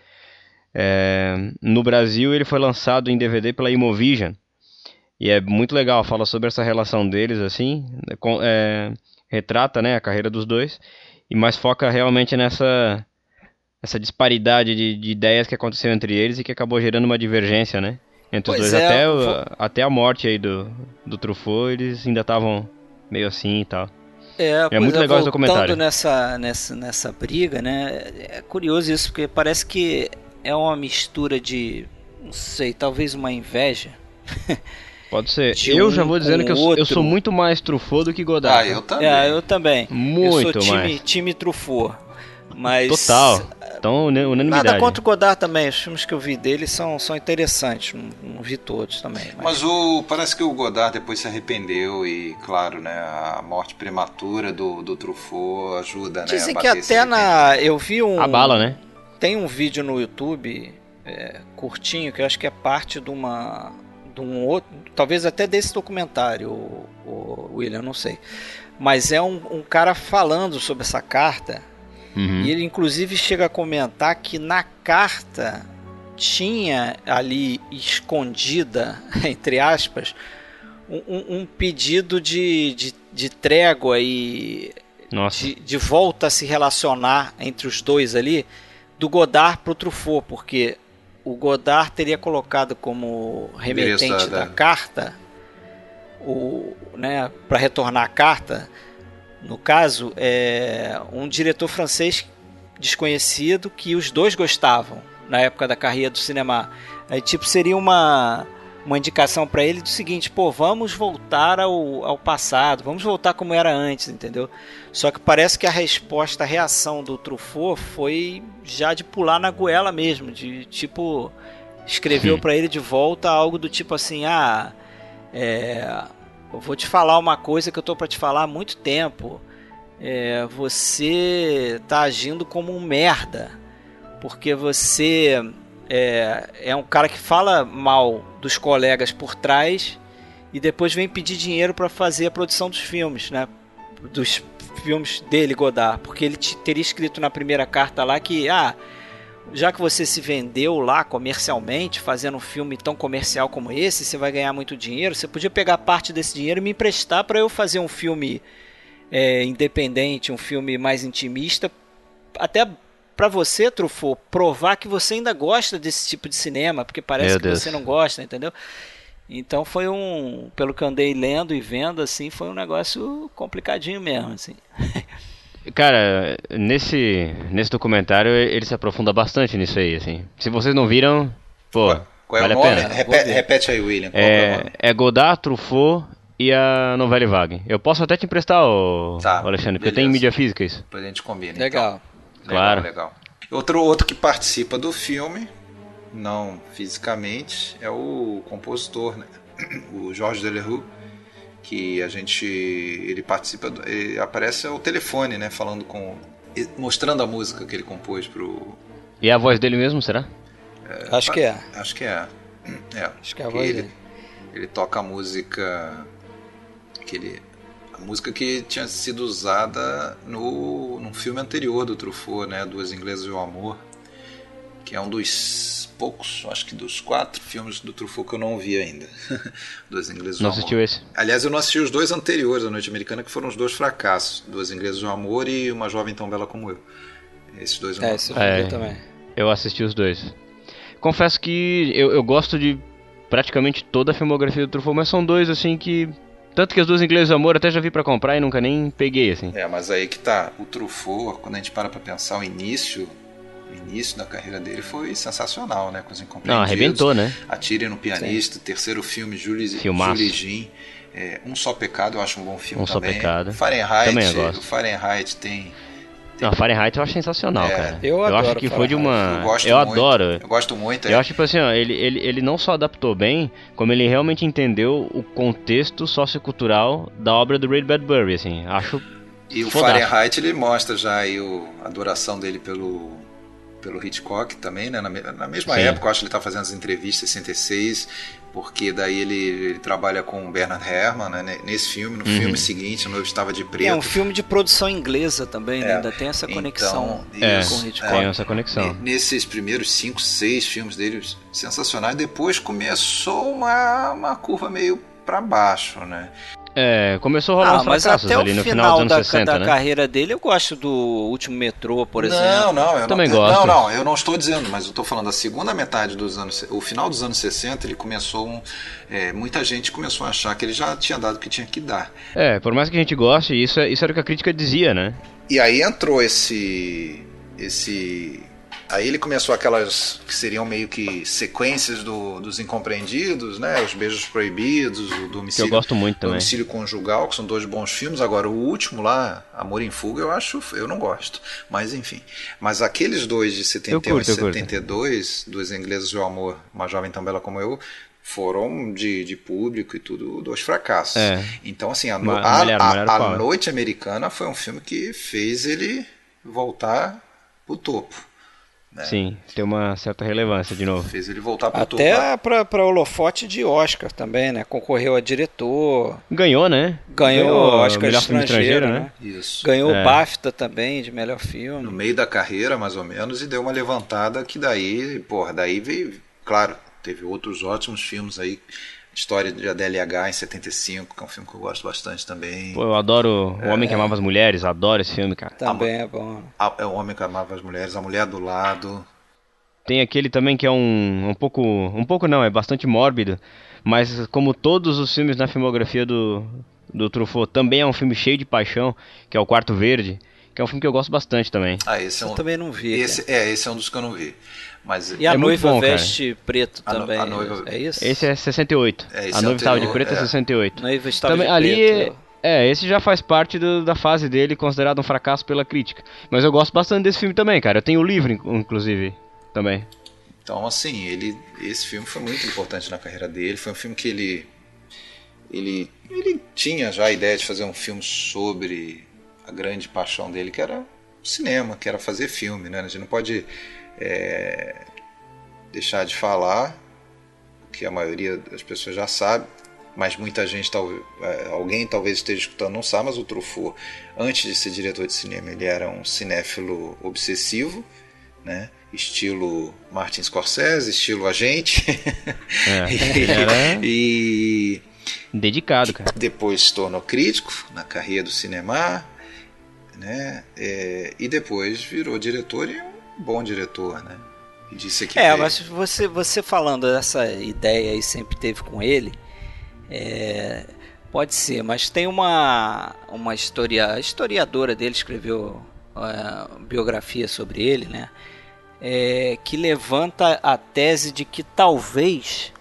[SPEAKER 4] É, no Brasil ele foi lançado em D V D pela Imovision. E é muito legal, fala sobre essa relação deles, assim, com- é, retrata, né, a carreira dos dois, e mais foca realmente nessa essa disparidade de, de ideias que aconteceu entre eles e que acabou gerando uma divergência, né, entre
[SPEAKER 2] Pois
[SPEAKER 4] os dois.
[SPEAKER 2] é,
[SPEAKER 4] até, o-
[SPEAKER 2] vou-
[SPEAKER 4] até a morte aí do, do Truffaut, eles ainda estavam meio assim e tal.
[SPEAKER 2] É, pois
[SPEAKER 4] muito legal esse
[SPEAKER 2] voltando
[SPEAKER 4] documentário.
[SPEAKER 2] nessa, nessa, nessa briga, né? É curioso isso, porque parece que é uma mistura de, não sei, talvez uma inveja
[SPEAKER 4] Pode ser.
[SPEAKER 2] de
[SPEAKER 4] Eu
[SPEAKER 2] um
[SPEAKER 4] já vou dizendo
[SPEAKER 2] com
[SPEAKER 4] que eu,
[SPEAKER 2] o
[SPEAKER 4] sou- eu
[SPEAKER 2] outro.
[SPEAKER 4] sou muito mais Truffaut do que Godard.
[SPEAKER 3] Ah, eu também.
[SPEAKER 2] É, eu também.
[SPEAKER 4] Muito
[SPEAKER 2] eu sou time,
[SPEAKER 4] mais.
[SPEAKER 2] time Truffaut. Mas
[SPEAKER 4] Total. Então, uni- unanimidade.
[SPEAKER 2] nada contra o Godard também. Os filmes que eu vi dele são, são interessantes. Não, não vi todos também. Mas,
[SPEAKER 3] Mas o, parece que o Godard depois se arrependeu e, claro, né, a morte prematura do, do Truffaut ajuda, né?
[SPEAKER 2] dizem
[SPEAKER 3] a
[SPEAKER 2] que
[SPEAKER 3] bater esse
[SPEAKER 2] até na. Eu vi um.
[SPEAKER 4] A bala, né?
[SPEAKER 2] Tem um vídeo no YouTube é, curtinho que eu acho que é parte de uma. De um outro. Talvez até desse documentário, o, o William, não sei. Mas é um, um cara falando sobre essa carta.
[SPEAKER 4] Uhum.
[SPEAKER 2] E ele inclusive chega a comentar que na carta tinha ali escondida, entre aspas, um, um- um pedido de, de, de trégua e
[SPEAKER 4] Nossa.
[SPEAKER 2] de, de volta a se relacionar entre os dois ali, do Godard para o Truffaut, porque o Godard teria colocado como remetente
[SPEAKER 3] Endereço da-
[SPEAKER 2] da carta, o, né, para retornar a carta, no caso, é um diretor francês desconhecido que os dois gostavam na época da carreira do cinema. Aí, tipo, seria uma, uma indicação para ele do seguinte: pô, vamos voltar ao, ao passado, vamos voltar como era antes, entendeu? Só que parece que a resposta, a reação do Truffaut foi já de pular na goela mesmo, de tipo, escreveu
[SPEAKER 4] Sim.
[SPEAKER 2] para ele de volta algo do tipo assim: ah, é, eu vou te falar uma coisa que eu tô para te falar há muito tempo. É, você tá agindo como um merda, porque você é, é um cara que fala mal dos colegas por trás e depois vem pedir dinheiro para fazer a produção dos filmes, né? Dos filmes dele, Godard, porque ele te- teria escrito na primeira carta lá que, ah, já que você se vendeu lá comercialmente, fazendo um filme tão comercial como esse, você vai ganhar muito dinheiro, você podia pegar parte desse dinheiro e me emprestar para eu fazer um filme é, independente, um filme mais intimista, até para você, Truffaut, provar que você ainda gosta desse tipo de cinema, porque parece
[SPEAKER 4] Meu
[SPEAKER 2] que
[SPEAKER 4] Deus.
[SPEAKER 2] você não gosta, entendeu? Então foi um, pelo que eu andei lendo e vendo, assim, foi um negócio complicadinho mesmo, assim.
[SPEAKER 4] Cara, nesse, nesse documentário ele se aprofunda bastante nisso aí, assim. Se vocês não viram, pô,
[SPEAKER 3] Qual é
[SPEAKER 4] vale
[SPEAKER 3] o
[SPEAKER 4] a
[SPEAKER 3] nome?
[SPEAKER 4] pena.
[SPEAKER 2] Vou
[SPEAKER 3] Repete,
[SPEAKER 2] ver.
[SPEAKER 3] repete aí, William. Qual é o
[SPEAKER 4] É,
[SPEAKER 3] nome?
[SPEAKER 4] é Godard, Truffaut e a Nouvelle Vague. Eu posso até te emprestar, o
[SPEAKER 3] Tá,
[SPEAKER 4] Alexandre, porque
[SPEAKER 3] beleza.
[SPEAKER 4] tem mídia física isso.
[SPEAKER 3] Depois a gente combina.
[SPEAKER 2] Legal.
[SPEAKER 3] Então.
[SPEAKER 4] Claro.
[SPEAKER 3] Legal, legal. Outro, outro que participa do filme, não fisicamente, é o compositor, né? O Georges Delerue, que a gente, ele participa, do- ele aparece ao telefone, né, falando com, mostrando a música que ele compôs pro,
[SPEAKER 4] E é a voz dele mesmo, será?
[SPEAKER 2] Acho que é.
[SPEAKER 3] acho que é, é
[SPEAKER 2] Acho que é a
[SPEAKER 3] que
[SPEAKER 2] voz
[SPEAKER 3] ele,
[SPEAKER 2] dele.
[SPEAKER 3] ele toca a música que ele, a música que tinha sido usada no num filme anterior do Truffaut, né, Duas Inglesas e o Amor, que é um dos poucos, acho que dos quatro filmes do Truffaut que eu não vi ainda. Duas Inglesas e o
[SPEAKER 4] Não
[SPEAKER 3] Amor.
[SPEAKER 4] assistiu esse?
[SPEAKER 3] Aliás, eu não assisti os dois anteriores da Noite Americana, que foram os dois fracassos. Duas Inglesas e o Amor e Uma Jovem Tão Bela Como Eu. Esses dois eu
[SPEAKER 2] É,
[SPEAKER 3] não
[SPEAKER 2] esse eu
[SPEAKER 4] É.
[SPEAKER 2] vi também.
[SPEAKER 4] Eu assisti os dois. Confesso que eu, eu gosto de praticamente toda a filmografia do Truffaut, mas são dois assim que... Tanto que as Duas Inglesas e o Amor eu até já vi pra comprar e nunca nem peguei, assim.
[SPEAKER 3] É, mas aí que tá. O Truffaut, quando a gente para pra pensar o início, o início da carreira dele foi sensacional, né? Com os
[SPEAKER 4] Não,
[SPEAKER 3] Incompreendidos.
[SPEAKER 4] arrebentou, né?
[SPEAKER 3] Atire no Pianista, terceiro filme, Julie,
[SPEAKER 4] Filmaço.
[SPEAKER 3] Julie Jean. É, Um Só Pecado, eu acho um bom filme
[SPEAKER 4] Um Só
[SPEAKER 3] também.
[SPEAKER 4] Pecado.
[SPEAKER 3] Fahrenheit,
[SPEAKER 4] Também eu gosto.
[SPEAKER 3] o Fahrenheit tem...
[SPEAKER 4] Não, Fahrenheit eu acho sensacional,
[SPEAKER 3] É,
[SPEAKER 4] cara.
[SPEAKER 2] eu
[SPEAKER 4] acho
[SPEAKER 2] adoro
[SPEAKER 4] que foi de uma...
[SPEAKER 3] Eu gosto
[SPEAKER 4] eu
[SPEAKER 3] muito.
[SPEAKER 4] adoro.
[SPEAKER 3] Eu gosto muito. é.
[SPEAKER 4] Eu acho tipo assim, ó, ele, ele, ele não só adaptou bem, como ele realmente entendeu o contexto sociocultural da obra do Ray Bradbury, assim. Acho
[SPEAKER 3] E o
[SPEAKER 4] fodástico.
[SPEAKER 3] Fahrenheit, ele mostra já aí o, a adoração dele pelo, pelo Hitchcock também, né? Na, me- na mesma
[SPEAKER 4] Sim.
[SPEAKER 3] época, eu acho que ele está fazendo as entrevistas em sessenta e seis, porque daí ele, ele trabalha com o Bernard Herrmann, né? Nesse filme, no
[SPEAKER 4] Uhum.
[SPEAKER 3] filme seguinte, O Noivo Estava de Preto.
[SPEAKER 2] É um filme de produção inglesa também, né?
[SPEAKER 3] É.
[SPEAKER 2] Ainda tem essa conexão
[SPEAKER 3] Então,
[SPEAKER 4] É,
[SPEAKER 3] isso,
[SPEAKER 2] com o Hitchcock.
[SPEAKER 4] tem essa conexão.
[SPEAKER 3] Ne- Nesses primeiros cinco, seis filmes dele sensacionais, depois começou uma, uma curva meio para baixo, né?
[SPEAKER 4] É, começou a rolar
[SPEAKER 2] Ah,
[SPEAKER 4] uns
[SPEAKER 2] mas
[SPEAKER 4] fracassos
[SPEAKER 2] até
[SPEAKER 4] ali
[SPEAKER 2] o
[SPEAKER 4] no final
[SPEAKER 2] final
[SPEAKER 4] dos anos
[SPEAKER 2] da,
[SPEAKER 4] sessenta,
[SPEAKER 2] da
[SPEAKER 4] né?
[SPEAKER 2] carreira dele, eu gosto do Último Metrô, por exemplo.
[SPEAKER 3] Não, não, eu
[SPEAKER 4] Também
[SPEAKER 3] não,
[SPEAKER 4] gosto.
[SPEAKER 3] Não, não, eu não estou dizendo, mas eu estou falando da segunda metade dos anos, o final dos anos sessenta, ele começou, um, é, muita gente começou a achar que ele já tinha dado o que tinha que dar.
[SPEAKER 4] É, por mais que a gente goste, isso, é- isso era o que a crítica dizia, né?
[SPEAKER 3] E aí entrou esse, esse Aí ele começou aquelas que seriam meio que sequências do, dos Incompreendidos, né? Os Beijos Proibidos, o Domicílio,
[SPEAKER 4] que eu gosto muito também.
[SPEAKER 3] Domicílio Conjugal, que são dois bons filmes. Agora, o último lá, Amor em Fuga, eu acho, eu não gosto. Mas enfim. Mas aqueles dois de setenta e um curto, e setenta e dois, Duas Inglesas e o Amor, Uma Jovem Tão Bela Como Eu, foram de, de público e tudo, dois fracassos. É. Então, assim, a, no, a, mulher, a, a, a Noite Americana foi um filme que fez ele voltar pro topo. Né?
[SPEAKER 4] Sim, tem uma certa relevância de novo.
[SPEAKER 3] Fez ele voltar pro topo.
[SPEAKER 2] Até para para holofote de Oscar também, né? Concorreu a diretor.
[SPEAKER 4] Ganhou, né?
[SPEAKER 2] Ganhou,
[SPEAKER 4] Ganhou
[SPEAKER 2] Oscar melhor filme estrangeiro, né? né?
[SPEAKER 3] Isso.
[SPEAKER 2] Ganhou o é. BAFTA também de melhor filme.
[SPEAKER 3] No meio da carreira, mais ou menos, e deu uma levantada que daí, porra, daí veio, claro, teve outros ótimos filmes aí. História de A D L H em setenta e cinco, que é um filme que eu gosto bastante também.
[SPEAKER 4] Pô, eu adoro O Homem é. que Amava as Mulheres, adoro esse filme, cara.
[SPEAKER 2] Também é bom.
[SPEAKER 3] É O Homem que Amava as Mulheres, A Mulher do Lado.
[SPEAKER 4] Tem aquele também que é um, um pouco, um pouco não, é bastante mórbido, mas como todos os filmes na filmografia do, do Truffaut, também é um filme cheio de paixão, que é O Quarto Verde, que é um filme que eu gosto bastante também.
[SPEAKER 3] Ah, esse é um,
[SPEAKER 2] eu também não vi.
[SPEAKER 3] Esse, é, esse é um dos que eu não vi. Mas
[SPEAKER 2] e A
[SPEAKER 4] é
[SPEAKER 2] Noiva
[SPEAKER 4] bom,
[SPEAKER 2] Veste
[SPEAKER 4] cara.
[SPEAKER 2] Preto
[SPEAKER 3] A no,
[SPEAKER 2] também,
[SPEAKER 3] a noiva...
[SPEAKER 2] é isso?
[SPEAKER 4] Esse é sessenta e oito.
[SPEAKER 3] É,
[SPEAKER 4] a Noiva Estava de Preto é,
[SPEAKER 3] é
[SPEAKER 4] sessenta e oito.
[SPEAKER 2] Noiva Estava
[SPEAKER 4] também,
[SPEAKER 2] de
[SPEAKER 4] ali
[SPEAKER 2] Preto.
[SPEAKER 4] É, esse já faz parte do, da fase dele, considerado um fracasso pela crítica. Mas eu gosto bastante desse filme também, cara. Eu tenho o livro, inclusive, também.
[SPEAKER 3] Então, assim, ele, esse filme foi muito importante na carreira dele. Foi um filme que ele, ele, ele tinha já a ideia de fazer um filme sobre a grande paixão dele, que era o cinema, que era fazer filme, né? A gente não pode é, deixar de falar, que a maioria das pessoas já sabe, mas muita gente, talvez, alguém talvez esteja escutando, não sabe, mas o Truffaut, antes de ser diretor de cinema, ele era um cinéfilo obsessivo, né? Estilo Martin Scorsese, estilo Agente.
[SPEAKER 4] É,
[SPEAKER 3] e,
[SPEAKER 4] era
[SPEAKER 3] e
[SPEAKER 4] dedicado, cara.
[SPEAKER 3] Depois se tornou crítico na carreira do cinema, né? É, e depois virou diretor e um bom diretor, né? E disse que
[SPEAKER 2] é,
[SPEAKER 3] veio...
[SPEAKER 2] mas você, você falando dessa ideia aí sempre teve com ele, é, pode ser, mas tem uma, uma historia, a historiadora dele escreveu uma biografia sobre ele, né? É, que levanta a tese de que talvez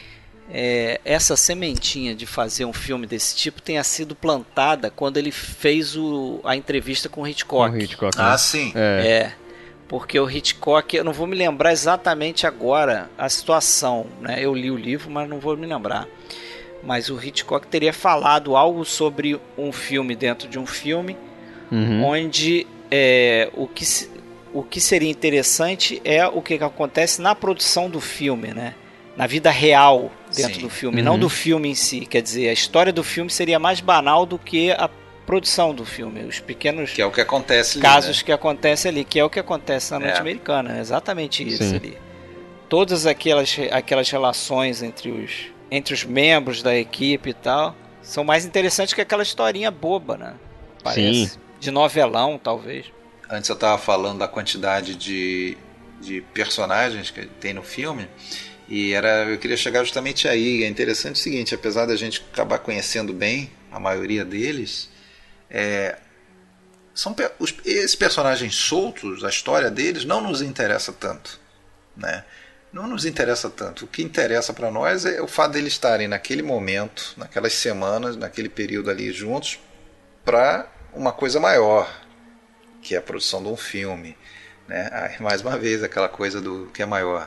[SPEAKER 2] é, essa sementinha de fazer um filme desse tipo tenha sido plantada quando ele fez o, a entrevista com o Hitchcock.
[SPEAKER 4] O Hitchcock
[SPEAKER 3] ah,
[SPEAKER 4] né?
[SPEAKER 3] sim.
[SPEAKER 2] É. é, porque o Hitchcock, eu não vou me lembrar exatamente agora a situação, né? Eu li o livro, mas não vou me lembrar. Mas o Hitchcock teria falado algo sobre um filme dentro de um filme,
[SPEAKER 4] uhum.
[SPEAKER 2] onde é, o que se O que seria interessante é o que acontece na produção do filme, né? Na vida real dentro Sim. do filme, uhum. não do filme em si. Quer dizer, a história do filme seria mais banal do que a produção do filme. Os pequenos
[SPEAKER 3] que é o que acontece ali,
[SPEAKER 2] casos
[SPEAKER 3] né?
[SPEAKER 2] que acontecem ali, que é o que acontece na Noite
[SPEAKER 3] é.
[SPEAKER 2] Americana. É exatamente isso
[SPEAKER 4] Sim.
[SPEAKER 2] ali. Todas aquelas, aquelas relações entre os, entre os membros da equipe e tal são mais interessantes que aquela historinha boba, né? Parece.
[SPEAKER 4] Sim.
[SPEAKER 2] De novelão, talvez.
[SPEAKER 3] Antes eu estava falando da quantidade de, de personagens que tem no filme, e era, eu queria chegar justamente aí. É interessante o seguinte, apesar da gente acabar conhecendo bem a maioria deles, é, são, os, esses personagens soltos, a história deles não nos interessa tanto, né? Não nos interessa tanto. O que interessa para nós é o fato deles estarem naquele momento, naquelas semanas, naquele período ali juntos, para uma coisa maior, que é a produção de um filme, né? Aí, mais uma vez, aquela coisa do que é maior,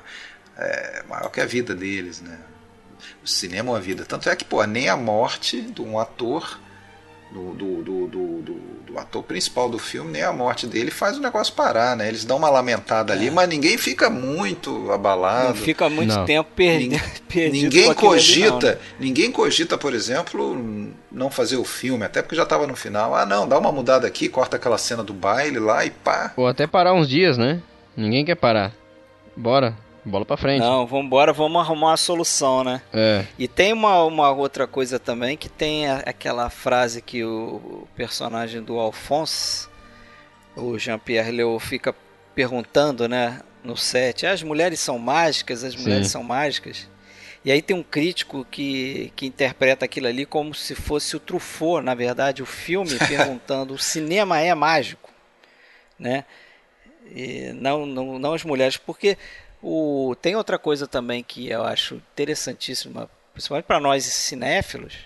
[SPEAKER 3] é maior que a vida deles, né? O cinema é uma vida. Tanto é que, pô, nem a morte de um ator, do, do, do, do, do, do ator principal do filme, nem a morte dele faz o negócio parar, né? Eles dão uma lamentada ali, é. mas ninguém fica muito abalado.
[SPEAKER 2] Não fica muito
[SPEAKER 4] não.
[SPEAKER 2] tempo perdido.
[SPEAKER 3] Ninguém cogita, ali, não, né? ninguém cogita, por exemplo, não fazer o filme, até porque já estava no final. Ah, não, dá uma mudada aqui, corta aquela cena do baile lá e pá.
[SPEAKER 4] Ou até parar uns dias, né? Ninguém quer parar. Bora. Bola pra frente.
[SPEAKER 2] Não, vamos embora, vamos arrumar uma solução, né?
[SPEAKER 4] É.
[SPEAKER 2] E tem uma, uma outra coisa também, que tem a, aquela frase que o personagem do Alphonse, o Jean-Pierre Léaud, fica perguntando, né, no set, as mulheres são mágicas, as mulheres Sim. são mágicas. E aí tem um crítico que, que interpreta aquilo ali como se fosse o Truffaut, na verdade, o filme, perguntando, o cinema é mágico, né? E não, não, não as mulheres, porque o, tem outra coisa também que eu acho interessantíssima, principalmente para nós cinéfilos,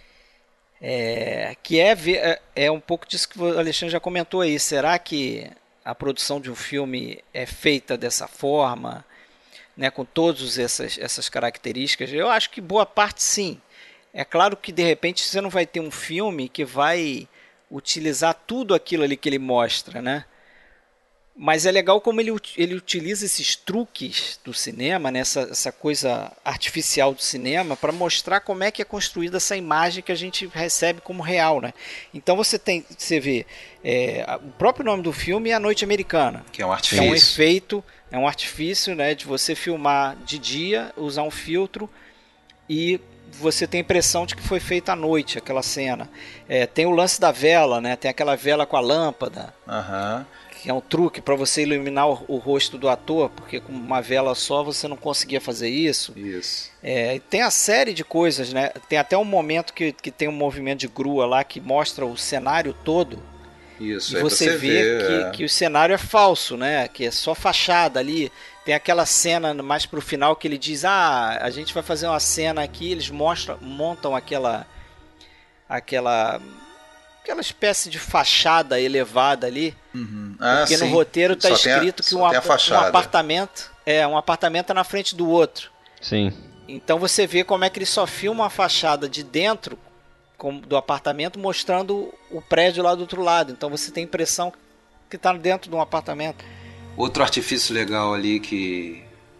[SPEAKER 2] é, que é, ver, é, é um pouco disso que o Alexandre já comentou aí. Será que a produção de um filme é feita dessa forma, né, com todas essas, essas características? Eu acho que boa parte sim. É claro que de repente você não vai ter um filme que vai utilizar tudo aquilo ali que ele mostra, né? Mas é legal como ele, ele utiliza esses truques do cinema, né? essa, essa coisa artificial do cinema, para mostrar como é que é construída essa imagem que a gente recebe como real, né? Então você tem, você vê, é, o próprio nome do filme é A Noite Americana,
[SPEAKER 3] que é um artifício,
[SPEAKER 2] é um efeito, é um artifício, né, de você filmar de dia, usar um filtro e você tem a impressão de que foi feita à noite aquela cena. É, tem o lance da vela, né? Tem aquela vela com a lâmpada.
[SPEAKER 3] Aham. Uhum.
[SPEAKER 2] Que é um truque para você iluminar o, o rosto do ator, porque com uma vela só você não conseguia fazer isso.
[SPEAKER 3] Isso.
[SPEAKER 2] É, tem a série de coisas, né? Tem até um momento que, que tem um movimento de grua lá que mostra o cenário todo.
[SPEAKER 3] Isso.
[SPEAKER 2] E você, você vê, vê que, é. que o cenário é falso, né? Que é só fachada ali. Tem aquela cena mais pro final que ele diz: ah, a gente vai fazer uma cena aqui. Eles mostram, montam aquela aquela aquela espécie de fachada elevada ali.
[SPEAKER 3] Uhum. Ah,
[SPEAKER 2] porque
[SPEAKER 3] sim.
[SPEAKER 2] No roteiro está escrito
[SPEAKER 3] a,
[SPEAKER 2] que um, um apartamento é um apartamento é na frente do outro.
[SPEAKER 4] Sim.
[SPEAKER 2] Então você vê como é que ele só filma a fachada de dentro do apartamento, mostrando o prédio lá do outro lado. Então você tem a impressão que está dentro de um apartamento.
[SPEAKER 3] Outro artifício legal ali que,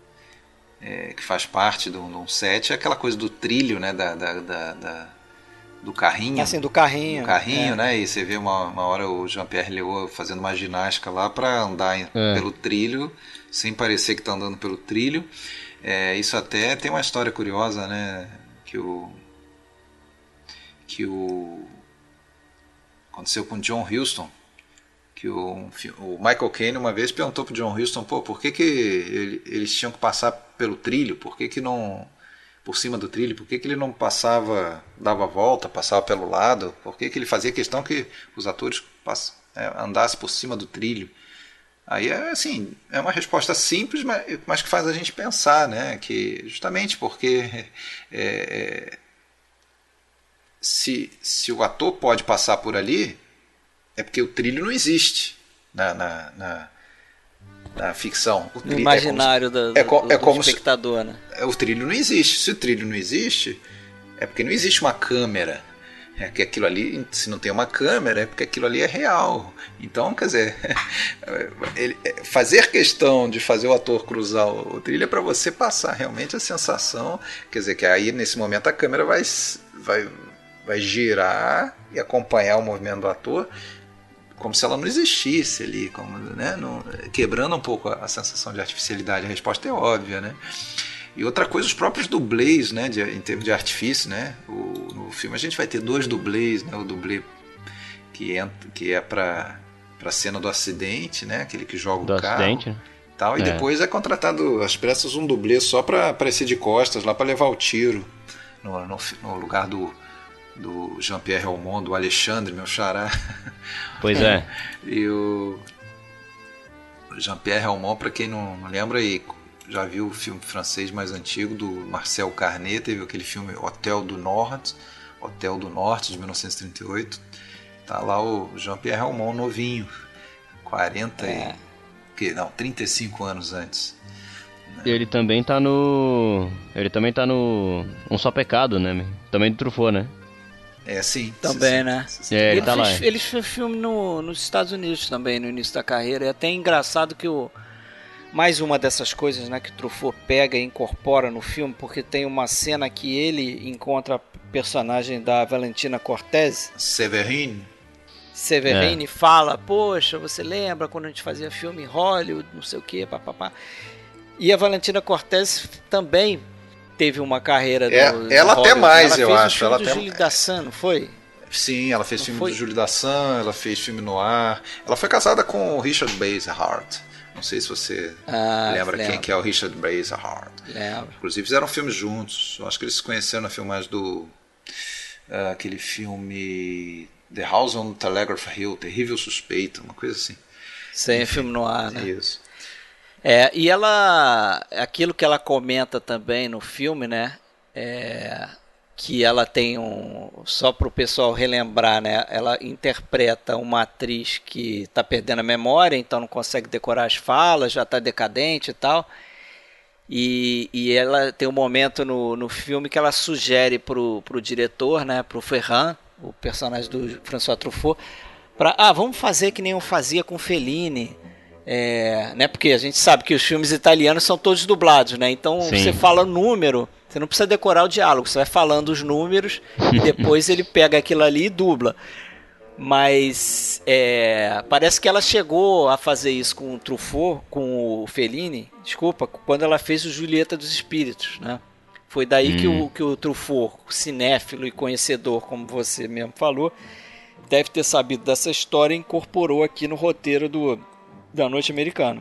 [SPEAKER 3] é, que faz parte de um set é aquela coisa do trilho, né, da, da, da, da, do carrinho.
[SPEAKER 2] Assim, do carrinho.
[SPEAKER 3] Do carrinho,
[SPEAKER 2] é.
[SPEAKER 3] né, e você vê uma, uma hora o Jean-Pierre Léaud fazendo uma ginástica lá para andar em, é. pelo trilho, sem parecer que está andando pelo trilho. É, isso até tem uma história curiosa, né, que o... que o... aconteceu com o John Huston, que o, o Michael Caine uma vez perguntou pro John Huston, pô, por que que ele, eles tinham que passar pelo trilho, por que que não, por cima do trilho, por que que ele não passava, dava a volta, passava pelo lado, por que que ele fazia questão que os atores pass, é, andassem por cima do trilho? Aí é assim, é uma resposta simples, mas, mas que faz a gente pensar, né, que justamente porque é, se, se o ator pode passar por ali, é porque o trilho não existe na, na, na, na ficção. O trilho,
[SPEAKER 2] no imaginário
[SPEAKER 3] é como,
[SPEAKER 2] do,
[SPEAKER 3] é co,
[SPEAKER 2] do,
[SPEAKER 3] é como
[SPEAKER 2] do espectador,
[SPEAKER 3] se,
[SPEAKER 2] né?
[SPEAKER 3] O trilho não existe. Se o trilho não existe, é porque não existe uma câmera. É que aquilo ali, se não tem uma câmera, é porque aquilo ali é real. Então, quer dizer, ele, fazer questão de fazer o ator cruzar o, o trilho é para você passar realmente a sensação, quer dizer, que aí nesse momento a câmera vai, vai, vai girar e acompanhar o movimento do ator, como se ela não existisse ali, como, né, no, quebrando um pouco a, a sensação de artificialidade. A resposta é óbvia, né? E outra coisa, os próprios dublês, né, de, em termos de artifício, né? O, no filme a gente vai ter dois dublês, né? O dublê que, entra, que é para a cena do acidente, né? Aquele que joga
[SPEAKER 4] do
[SPEAKER 3] o carro.
[SPEAKER 4] Acidente.
[SPEAKER 3] Tal, e é. depois é contratado às pressas um dublê só para aparecer de costas, lá para levar o tiro no, no, no lugar do, do Jean-Pierre Helmond, do Alexandre, meu xará.
[SPEAKER 4] Pois é.
[SPEAKER 3] E o Jean-Pierre Helmond, para quem não, não lembra, aí já viu o filme francês mais antigo do Marcel Carné, teve aquele filme Hotel do Norte, Hotel do Norte, de mil novecentos e trinta e oito. Tá lá o Jean-Pierre Helmond novinho, quarenta é. e que não, trinta e cinco anos antes.
[SPEAKER 4] Né? Ele também tá no ele também tá no Um Só Pecado, né? Também do Truffaut, né?
[SPEAKER 3] É, sim.
[SPEAKER 2] Também,
[SPEAKER 3] sim,
[SPEAKER 2] né?
[SPEAKER 3] Sim, sim.
[SPEAKER 4] É, ele,
[SPEAKER 2] ele,
[SPEAKER 4] tá
[SPEAKER 2] fez,
[SPEAKER 4] lá.
[SPEAKER 2] ele fez filme no, nos Estados Unidos também, no início da carreira. É até engraçado que o mais uma dessas coisas, né, que o Truffaut pega e incorpora no filme, porque tem uma cena que ele encontra a personagem da Valentina Cortez,
[SPEAKER 3] Severine.
[SPEAKER 2] Severine, é. fala, poxa, você lembra quando a gente fazia filme em Hollywood, não sei o que, papapá. E a Valentina Cortez também teve uma carreira
[SPEAKER 3] é,
[SPEAKER 2] no,
[SPEAKER 3] ela
[SPEAKER 2] no
[SPEAKER 3] até mais,
[SPEAKER 2] ela
[SPEAKER 3] eu
[SPEAKER 2] fez
[SPEAKER 3] acho.
[SPEAKER 2] O filme
[SPEAKER 3] ela
[SPEAKER 2] do
[SPEAKER 3] até...
[SPEAKER 2] Júlio Dassin, não foi?
[SPEAKER 3] Sim, ela fez
[SPEAKER 2] não
[SPEAKER 3] filme
[SPEAKER 2] foi?
[SPEAKER 3] do Júlio Dassin, ela fez filme no ar. Ela foi casada com o Richard Basehart. Não sei se você
[SPEAKER 2] ah,
[SPEAKER 3] lembra
[SPEAKER 2] lembro.
[SPEAKER 3] quem que é o Richard Basehart.
[SPEAKER 2] Lembro.
[SPEAKER 3] Inclusive fizeram filmes juntos. Eu acho que eles se conheceram na filmagem do uh, aquele filme The House on Telegraph Hill, Terrível Suspeito, uma coisa assim.
[SPEAKER 2] Sem filme no ar, né?
[SPEAKER 3] Isso.
[SPEAKER 2] É, e ela, aquilo que ela comenta também no filme, né, é, que ela tem um, só para o pessoal relembrar, né, ela interpreta uma atriz que está perdendo a memória, então não consegue decorar as falas, já está decadente e tal, e, e ela tem um momento no, no filme que ela sugere para o diretor, né, para o Ferran, o personagem do François Truffaut, para, ah, vamos fazer que nem eu fazia com Fellini. É, né, porque a gente sabe que os filmes italianos são todos dublados, né? Então Sim. Você fala número, você não precisa decorar o diálogo, você vai falando os números e depois ele pega aquilo ali e dubla. Mas é, parece que ela chegou a fazer isso com o Truffaut, com o Fellini, desculpa, quando ela fez o Julieta dos Espíritos, né? Foi daí hum. que, o, que o Truffaut, cinéfilo e conhecedor, como você mesmo falou, deve ter sabido dessa história e incorporou aqui no roteiro do da Noite Americana.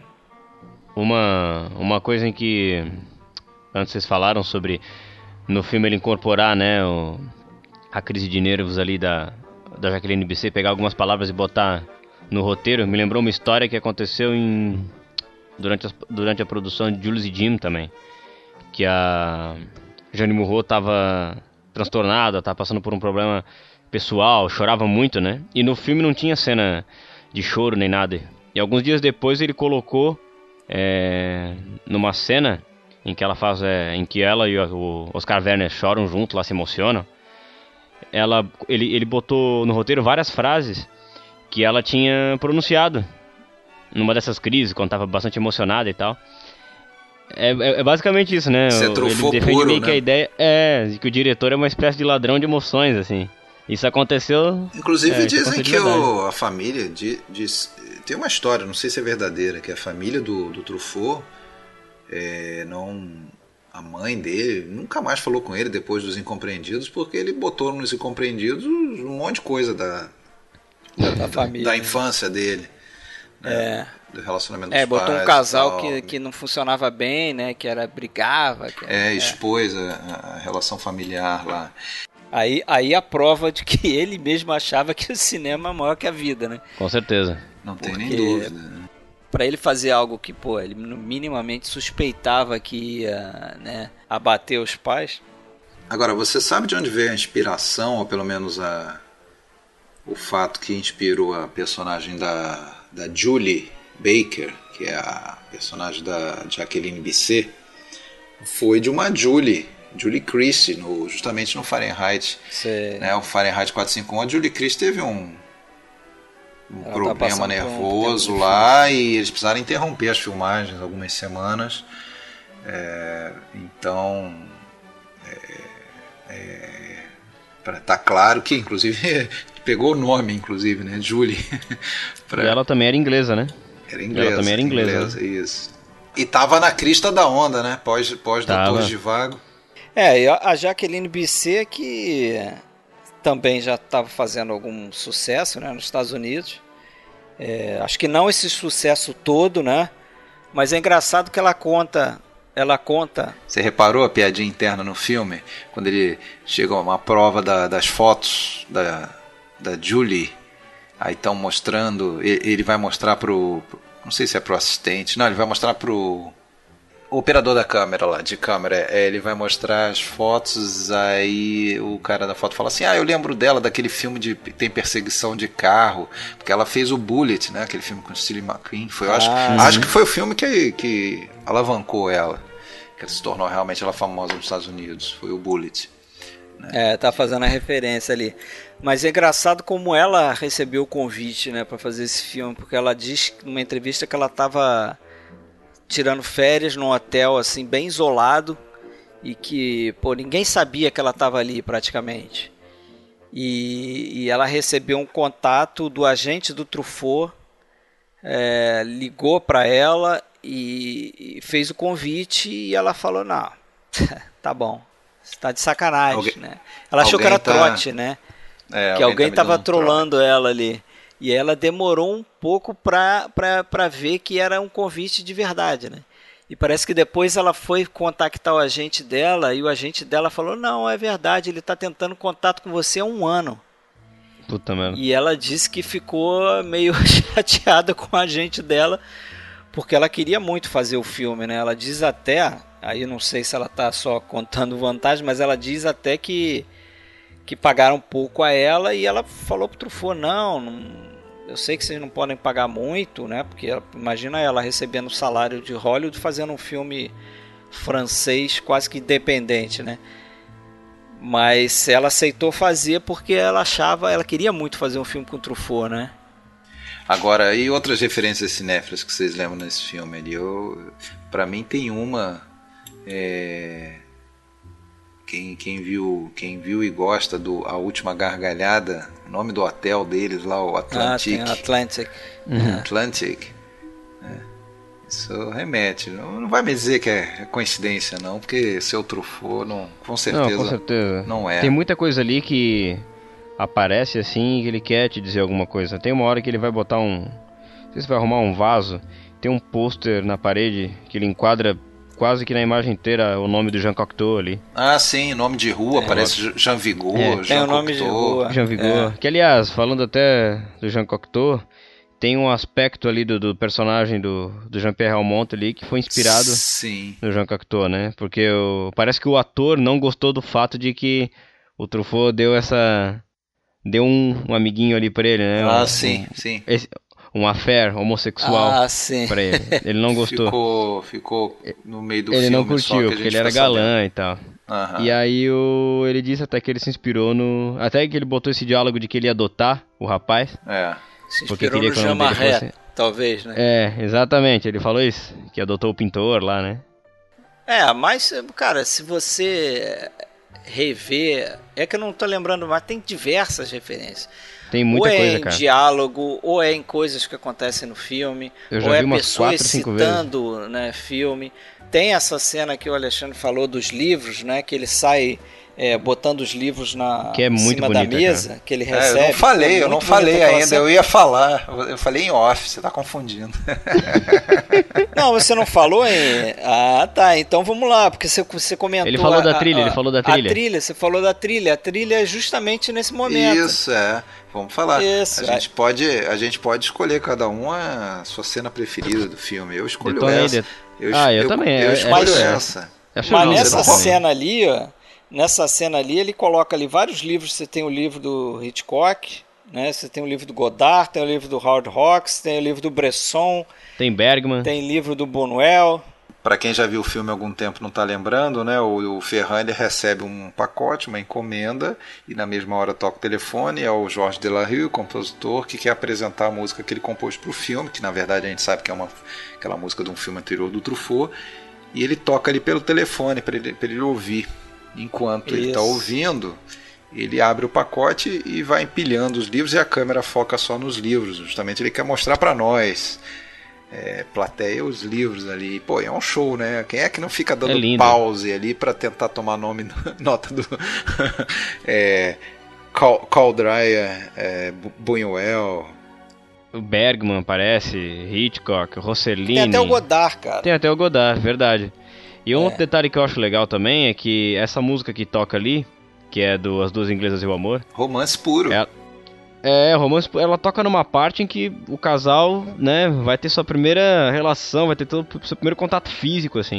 [SPEAKER 4] Uma, uma coisa em que antes vocês falaram sobre no filme ele incorporar, né, o, a crise de nervos ali da, da Jacqueline Bisset, pegar algumas palavras e botar no roteiro, me lembrou uma história que aconteceu em, durante, a, durante a produção de Jules e Jim também, que a Jeanne Moreau estava transtornada, estava passando por um problema pessoal, chorava muito, né, e no filme não tinha cena de choro nem nada. E alguns dias depois ele colocou é, numa cena em que ela faz, é, em que ela e o Oscar Werner choram junto, lá se emocionam. Ela, ele, ele botou no roteiro várias frases que ela tinha pronunciado numa dessas crises, quando estava bastante emocionada e tal. É, é, é basicamente isso, né?
[SPEAKER 3] Você
[SPEAKER 4] trufou
[SPEAKER 3] ele defende
[SPEAKER 4] puro, meio
[SPEAKER 3] né?
[SPEAKER 4] que a ideia é de que o diretor é uma espécie de ladrão de emoções, assim. Isso aconteceu...
[SPEAKER 3] Inclusive
[SPEAKER 4] é,
[SPEAKER 3] dizem que o, a família de, diz, tem uma história, não sei se é verdadeira, que a família do, do Truffaut, é, não, a mãe dele nunca mais falou com ele depois dos Incompreendidos, porque ele botou nos Incompreendidos um monte de coisa da, da, da, família, da né? infância dele, né?
[SPEAKER 2] É.
[SPEAKER 3] Do relacionamento dos
[SPEAKER 2] é,
[SPEAKER 3] pais.
[SPEAKER 2] botou um casal que, que não funcionava bem, né? Que era brigava. Que,
[SPEAKER 3] é,
[SPEAKER 2] é,
[SPEAKER 3] expôs a, a relação familiar lá.
[SPEAKER 2] Aí, aí a prova de que ele mesmo achava que o cinema é maior que a vida, né?
[SPEAKER 4] Com certeza.
[SPEAKER 3] Não tem nem dúvida. Né?
[SPEAKER 2] Para ele fazer algo que, pô, ele minimamente suspeitava que ia, né, abater os pais.
[SPEAKER 3] Agora, você sabe de onde veio a inspiração, ou pelo menos a, o fato que inspirou a personagem da, da Julie Baker, que é a personagem da Jacqueline Bisset? Foi de uma Julie... Julie Christie, no, justamente no Fahrenheit, né, o Fahrenheit quatrocentos e cinquenta e um, a Julie Christie teve um, um problema tá nervoso um lá e eles precisaram interromper as filmagens algumas semanas, é, então é, é, para tá claro que inclusive pegou o nome, inclusive, né, Julie. pra...
[SPEAKER 4] E ela também era inglesa, né?
[SPEAKER 3] Era inglesa.
[SPEAKER 4] Ela também era inglesa,
[SPEAKER 3] inglesa
[SPEAKER 4] né?
[SPEAKER 3] Isso. E tava na crista da onda, né, pós, pós Doutor Zhivago.
[SPEAKER 2] É, e a Jacqueline Bisset, que também já estava fazendo algum sucesso, né, nos Estados Unidos. É, acho que não esse sucesso todo, né? Mas é engraçado que ela conta, ela conta.
[SPEAKER 3] Você reparou a piadinha interna no filme? Quando ele chega a uma prova da, das fotos da, da Julie, aí estão mostrando, ele vai mostrar pro, não sei se é pro assistente, não, ele vai mostrar pro o operador da câmera lá, de câmera, é, ele vai mostrar as fotos, aí o cara da foto fala assim, ah, eu lembro dela daquele filme de tem perseguição de carro, porque ela fez o Bullet, né, aquele filme com o Steve McQueen, foi, eu acho, ah, acho que foi o filme que, que alavancou ela, que ela se tornou realmente ela famosa nos Estados Unidos, foi o Bullet. Né?
[SPEAKER 2] É, tá fazendo a referência ali. Mas é engraçado como ela recebeu o convite, né, para fazer esse filme, porque ela diz numa entrevista que ela estava tirando férias num hotel assim bem isolado e que, pô, ninguém sabia que ela estava ali praticamente. E, e ela recebeu um contato do agente do Truffaut, é, ligou para ela e, e fez o convite e ela falou, não, tá bom, você tá de sacanagem, alguém, né? Ela achou que era tá... trote, né? É, que alguém estava tá trolando ela ali. E ela demorou um pouco para ver que era um convite de verdade, né? E parece que depois ela foi contactar o agente dela e o agente dela falou, não, é verdade, ele está tentando contato com você há um ano.
[SPEAKER 4] Puta merda.
[SPEAKER 2] E ela disse que ficou meio chateada com o agente dela, porque ela queria muito fazer o filme, né? Ela diz até, aí eu não sei se ela tá só contando vantagem, mas ela diz até que, que pagaram pouco a ela, e ela falou pro Truffaut, não, não, eu sei que vocês não podem pagar muito, né? Porque ela, imagina ela recebendo o salário de Hollywood fazendo um filme francês quase que independente, né? Mas ela aceitou fazer porque ela achava, ela queria muito fazer um filme com o Truffaut, né?
[SPEAKER 3] Agora, e outras referências cinéfilas que vocês lembram nesse filme ali? Eu, pra mim tem uma... É, quem, quem, viu, quem viu e gosta do A Última Gargalhada, o nome do hotel deles lá, o Atlantic.
[SPEAKER 2] Ah, tem Atlantic.
[SPEAKER 3] Uhum. Atlantic. É. Isso remete. Não, não vai me dizer que é coincidência, não, porque seu Truffaut, não, com certeza,
[SPEAKER 4] não, com certeza
[SPEAKER 3] não é.
[SPEAKER 4] Tem muita coisa ali que aparece assim, que ele quer te dizer alguma coisa. Tem uma hora que ele vai botar um... Não sei se vai arrumar um vaso. Tem um pôster na parede que ele enquadra quase que na imagem inteira o nome do Jean Cocteau ali.
[SPEAKER 3] Ah, sim, nome de rua, é, parece Jean Vigo,
[SPEAKER 4] é,
[SPEAKER 3] Jean
[SPEAKER 2] tem o nome
[SPEAKER 3] Cocteau.
[SPEAKER 2] de rua.
[SPEAKER 4] Jean Vigo. É. Que, aliás, falando até do Jean Cocteau, tem um aspecto ali do, do personagem do, do Jean-Pierre Helmont ali que foi inspirado
[SPEAKER 3] Sim.
[SPEAKER 4] no Jean Cocteau, né? Porque o, parece que o ator não gostou do fato de que o Truffaut deu essa... Deu um, um amiguinho ali pra ele, né?
[SPEAKER 3] Ah,
[SPEAKER 4] um,
[SPEAKER 3] sim,
[SPEAKER 4] um,
[SPEAKER 3] sim.
[SPEAKER 4] Esse, um affair homossexual
[SPEAKER 2] ah, sim.
[SPEAKER 4] pra ele. Ele não gostou.
[SPEAKER 3] Ficou, ficou no meio do
[SPEAKER 4] ele
[SPEAKER 3] filme.
[SPEAKER 4] Ele não curtiu, porque ele era galã
[SPEAKER 3] sabendo.
[SPEAKER 4] e tal.
[SPEAKER 3] Uhum.
[SPEAKER 4] E aí o, ele disse até que ele se inspirou no... Até que ele botou esse diálogo de que ele ia adotar o rapaz.
[SPEAKER 3] É.
[SPEAKER 2] Se
[SPEAKER 4] porque
[SPEAKER 2] inspirou
[SPEAKER 4] queria
[SPEAKER 2] no
[SPEAKER 4] que o
[SPEAKER 2] Jean
[SPEAKER 4] nome dele
[SPEAKER 2] Marais,
[SPEAKER 4] fosse...
[SPEAKER 2] talvez, né?
[SPEAKER 4] É, exatamente. Ele falou isso. Que adotou o pintor lá, né?
[SPEAKER 2] É, mas, cara, se você rever... É que eu não tô lembrando, mas tem diversas referências.
[SPEAKER 4] Tem muita
[SPEAKER 2] ou é
[SPEAKER 4] coisa,
[SPEAKER 2] em
[SPEAKER 4] cara.
[SPEAKER 2] diálogo, ou é em coisas que acontecem no filme,
[SPEAKER 4] Eu já
[SPEAKER 2] ou
[SPEAKER 4] vi
[SPEAKER 2] é
[SPEAKER 4] umas
[SPEAKER 2] pessoas
[SPEAKER 4] quatro, cinco
[SPEAKER 2] citando, né, filme. Tem essa cena que o Alexandre falou dos livros, né, que ele sai é, botando os livros na
[SPEAKER 4] que é
[SPEAKER 2] em
[SPEAKER 4] muito
[SPEAKER 2] cima
[SPEAKER 4] bonita,
[SPEAKER 2] da mesa,
[SPEAKER 4] cara.
[SPEAKER 2] que ele
[SPEAKER 3] É,
[SPEAKER 2] recebe.
[SPEAKER 3] eu não falei,
[SPEAKER 2] é
[SPEAKER 3] eu não
[SPEAKER 2] muito
[SPEAKER 3] falei
[SPEAKER 2] bonita aquela
[SPEAKER 3] ainda,
[SPEAKER 2] cena.
[SPEAKER 3] eu ia falar. Eu falei em off, você tá confundindo.
[SPEAKER 2] Não, você não falou em... Ah, tá, então vamos lá, porque você, você comentou...
[SPEAKER 4] Ele falou
[SPEAKER 2] a,
[SPEAKER 4] da trilha,
[SPEAKER 2] a,
[SPEAKER 4] ele falou da trilha.
[SPEAKER 2] A trilha, você falou da trilha, a trilha é justamente nesse momento.
[SPEAKER 3] Isso, é. Vamos falar.
[SPEAKER 2] Isso,
[SPEAKER 3] a, gente pode, a gente pode escolher cada um a sua cena preferida do filme. Eu escolho
[SPEAKER 4] Detonei
[SPEAKER 3] essa.
[SPEAKER 4] de...
[SPEAKER 3] Eu,
[SPEAKER 4] ah, eu,
[SPEAKER 3] eu
[SPEAKER 4] também.
[SPEAKER 3] Eu
[SPEAKER 4] é,
[SPEAKER 3] escolho
[SPEAKER 2] é,
[SPEAKER 3] essa.
[SPEAKER 4] É,
[SPEAKER 2] Mas
[SPEAKER 4] é
[SPEAKER 2] nessa
[SPEAKER 3] também.
[SPEAKER 2] cena ali, ó, nessa cena ali, ele coloca ali vários livros. Você tem o livro do Hitchcock, né? Você tem o livro do Godard, tem o livro do Howard Hawks, tem o livro do Bresson,
[SPEAKER 4] tem Bergman,
[SPEAKER 2] tem livro do Buñuel.
[SPEAKER 3] Para quem já viu o filme há algum tempo não está lembrando, né? O, o Ferran ele recebe um pacote, uma encomenda, e na mesma hora toca o telefone. É o Georges Delarue, o compositor, que quer apresentar a música que ele compôs para o filme, que na verdade a gente sabe que é uma, aquela música de um filme anterior do Truffaut. E ele toca ali pelo telefone para ele, para ele ouvir. Enquanto Isso. ele está ouvindo, ele abre o pacote e vai empilhando os livros, e a câmera foca só nos livros. Justamente ele quer mostrar para nós, é, plateia, os livros ali. Pô, é um show, né? Quem é que não fica dando
[SPEAKER 4] é
[SPEAKER 3] pause ali para tentar tomar nome, nota do é, Caldrya, é, Buñuel,
[SPEAKER 4] o Bergman aparece, Hitchcock, Rossellini.
[SPEAKER 2] Tem até o Godard, cara.
[SPEAKER 4] Tem até o Godard, verdade. E um é. outro detalhe que eu acho legal também é que essa música que toca ali, que é do As Duas Inglesas e o Amor,
[SPEAKER 3] romance puro.
[SPEAKER 4] É, é romance puro. Ela toca numa parte em que o casal, né, vai ter sua primeira relação, vai ter todo o seu primeiro contato físico, assim.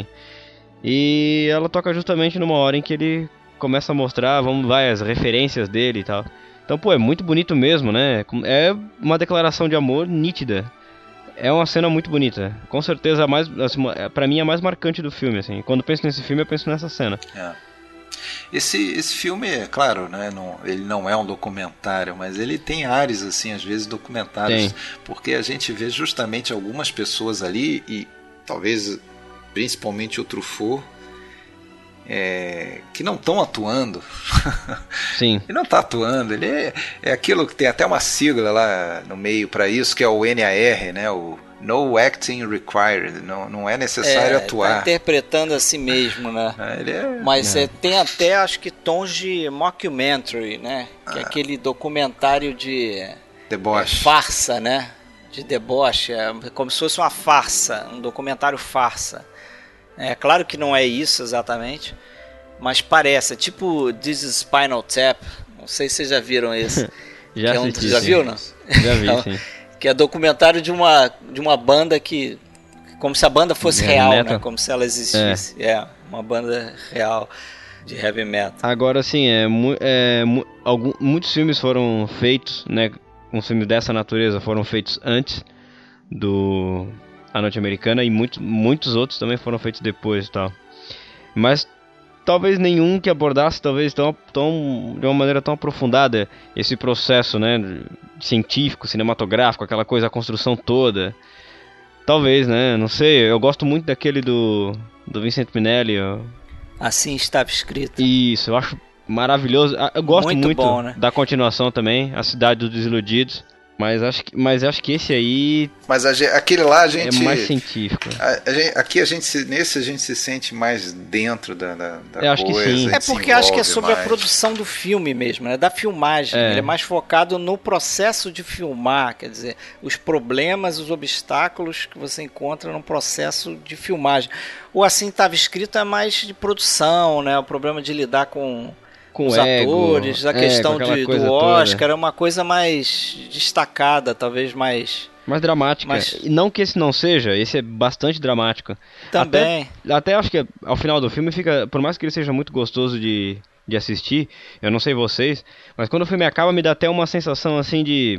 [SPEAKER 4] E ela toca justamente numa hora em que ele começa a mostrar, vamos vai, as referências dele e tal. Então, pô, é muito bonito mesmo, né? É uma declaração de amor nítida. É uma cena muito bonita. Com certeza, a mais, assim, pra mim, é a mais marcante do filme, assim. Quando eu penso nesse filme, eu penso nessa cena.
[SPEAKER 3] É. Esse, esse filme, é claro, né, não, ele não é um documentário, mas ele tem ares, assim, às vezes documentários.
[SPEAKER 4] Tem.
[SPEAKER 3] Porque a gente vê justamente algumas pessoas ali, e talvez principalmente o Truffaut, É, que não estão atuando.
[SPEAKER 4] Sim.
[SPEAKER 3] Ele não está atuando, ele é, é aquilo que tem até uma sigla lá no meio para isso, que é o N A R, né? O No Acting Required, não, não é necessário
[SPEAKER 2] é,
[SPEAKER 3] atuar.
[SPEAKER 2] Tá interpretando a si mesmo, né?
[SPEAKER 3] É, ele é,
[SPEAKER 2] Mas
[SPEAKER 3] é.
[SPEAKER 2] É, tem até, acho que, tons de mockumentary, né? Que ah. é aquele documentário de
[SPEAKER 3] deboche.
[SPEAKER 2] É, farsa, né? De deboche, é como se fosse uma farsa, um documentário farsa. É claro que não é isso exatamente, mas parece, é tipo This is Spinal Tap, não sei se vocês já viram esse.
[SPEAKER 4] Já
[SPEAKER 2] que é um,
[SPEAKER 4] assisti,
[SPEAKER 2] já
[SPEAKER 4] sim.
[SPEAKER 2] viu, não?
[SPEAKER 4] Já vi, sim.
[SPEAKER 2] Que é documentário de uma, de uma banda que... Como se a banda fosse
[SPEAKER 4] Heavy
[SPEAKER 2] real,
[SPEAKER 4] metal.
[SPEAKER 2] né? Como se ela existisse. É. é, uma banda real de heavy metal.
[SPEAKER 4] Agora, sim, é, mu- é, mu- algum, muitos filmes foram feitos, né? Um filme dessa natureza foram feitos antes do A Noite Americana e muito, muitos outros também foram feitos depois e tal. Mas talvez nenhum que abordasse talvez tão, tão, de uma maneira tão aprofundada esse processo, né? Científico, cinematográfico, aquela coisa, a construção toda. Talvez, né? Não sei. Eu gosto muito daquele do, do Vincent Minnelli. ó.
[SPEAKER 2] Assim estava escrito.
[SPEAKER 4] Isso, eu acho maravilhoso. Ah, eu gosto
[SPEAKER 2] Muito
[SPEAKER 4] muito,
[SPEAKER 2] bom, né?
[SPEAKER 4] da continuação também, A Cidade dos Desiludidos. Mas acho que, mas acho que esse aí
[SPEAKER 3] Mas a ge- aquele lá a gente.
[SPEAKER 4] é mais científico.
[SPEAKER 3] a- a gente- aqui a gente se, nesse a gente se sente mais dentro da, da, da
[SPEAKER 4] Eu acho que
[SPEAKER 3] coisa.
[SPEAKER 4] sim.
[SPEAKER 3] a gente
[SPEAKER 2] É
[SPEAKER 3] se
[SPEAKER 2] porque acho que é
[SPEAKER 3] envolve
[SPEAKER 2] sobre a
[SPEAKER 3] mais.
[SPEAKER 2] produção do filme mesmo, né? Da filmagem.
[SPEAKER 4] É.
[SPEAKER 2] Ele é mais focado no processo de filmar, quer dizer, os problemas, os obstáculos que você encontra no processo de filmagem. O Assim Estava Escrito é mais de produção, né? O problema de lidar com
[SPEAKER 4] Com
[SPEAKER 2] os
[SPEAKER 4] ego,
[SPEAKER 2] atores, a
[SPEAKER 4] é,
[SPEAKER 2] questão
[SPEAKER 4] com aquela
[SPEAKER 2] de,
[SPEAKER 4] coisa
[SPEAKER 2] do
[SPEAKER 4] toda.
[SPEAKER 2] Oscar é uma coisa mais destacada, talvez mais...
[SPEAKER 4] Mais dramática.
[SPEAKER 2] Mas-
[SPEAKER 4] E não que esse não seja, esse é bastante dramático.
[SPEAKER 2] Também.
[SPEAKER 4] Até, até acho que ao final do filme fica, por mais que ele seja muito gostoso de, de assistir, eu não sei vocês, mas quando o filme acaba me dá até uma sensação assim de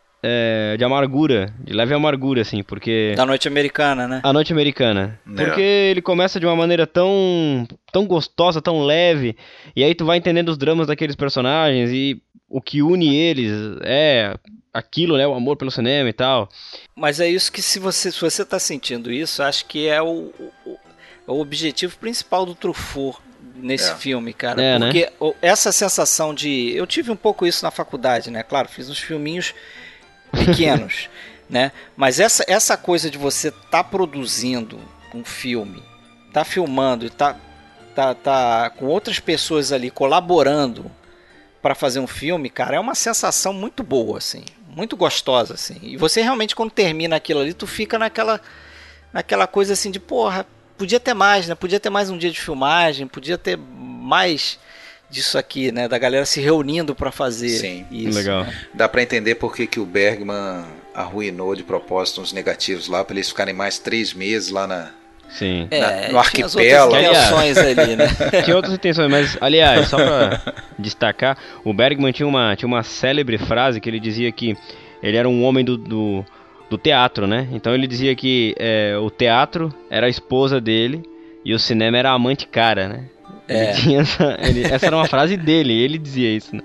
[SPEAKER 4] é, de amargura, de leve amargura assim, porque
[SPEAKER 2] Da Noite Americana, né?
[SPEAKER 4] A Noite Americana,
[SPEAKER 3] É.
[SPEAKER 4] porque ele começa de uma maneira tão tão gostosa, tão leve, e aí tu vai entendendo os dramas daqueles personagens e o que une eles é aquilo, né, o amor pelo cinema e tal.
[SPEAKER 2] Mas é isso que se você se você está sentindo isso, acho que é o, o, o objetivo principal do Truffaut nesse
[SPEAKER 3] É.
[SPEAKER 2] filme, cara.
[SPEAKER 4] É, né?
[SPEAKER 2] Porque o- essa sensação de... Eu tive um pouco isso na faculdade, né? Claro, fiz uns filminhos pequenos, né? Mas essa, essa coisa de você tá produzindo um filme, tá filmando e tá, tá, tá com outras pessoas ali colaborando para fazer um filme, cara, é uma sensação muito boa, assim, muito gostosa, assim. E você realmente, quando termina aquilo ali, tu fica naquela, naquela coisa assim de, porra, podia ter mais, né? Podia ter mais um dia de filmagem, podia ter mais disso aqui, né? Da galera se reunindo para fazer
[SPEAKER 3] Sim.
[SPEAKER 2] isso.
[SPEAKER 4] Legal.
[SPEAKER 2] né?
[SPEAKER 3] Dá pra entender por que que o Bergman arruinou de propósito uns negativos lá, pra eles ficarem mais três meses lá na...
[SPEAKER 4] Sim.
[SPEAKER 2] É,
[SPEAKER 3] no
[SPEAKER 2] tinha as
[SPEAKER 3] arquipélago.
[SPEAKER 2] outras intenções ali, né?
[SPEAKER 4] Tinha outras intenções, mas, aliás, só pra destacar, o Bergman tinha uma, tinha uma célebre frase que ele dizia que ele era um homem do, do, do teatro, né? Então ele dizia que é, o teatro era a esposa dele e o cinema era a amante cara, né?
[SPEAKER 2] É.
[SPEAKER 4] Ele tinha essa, ele- essa era uma frase dele, ele dizia isso, né?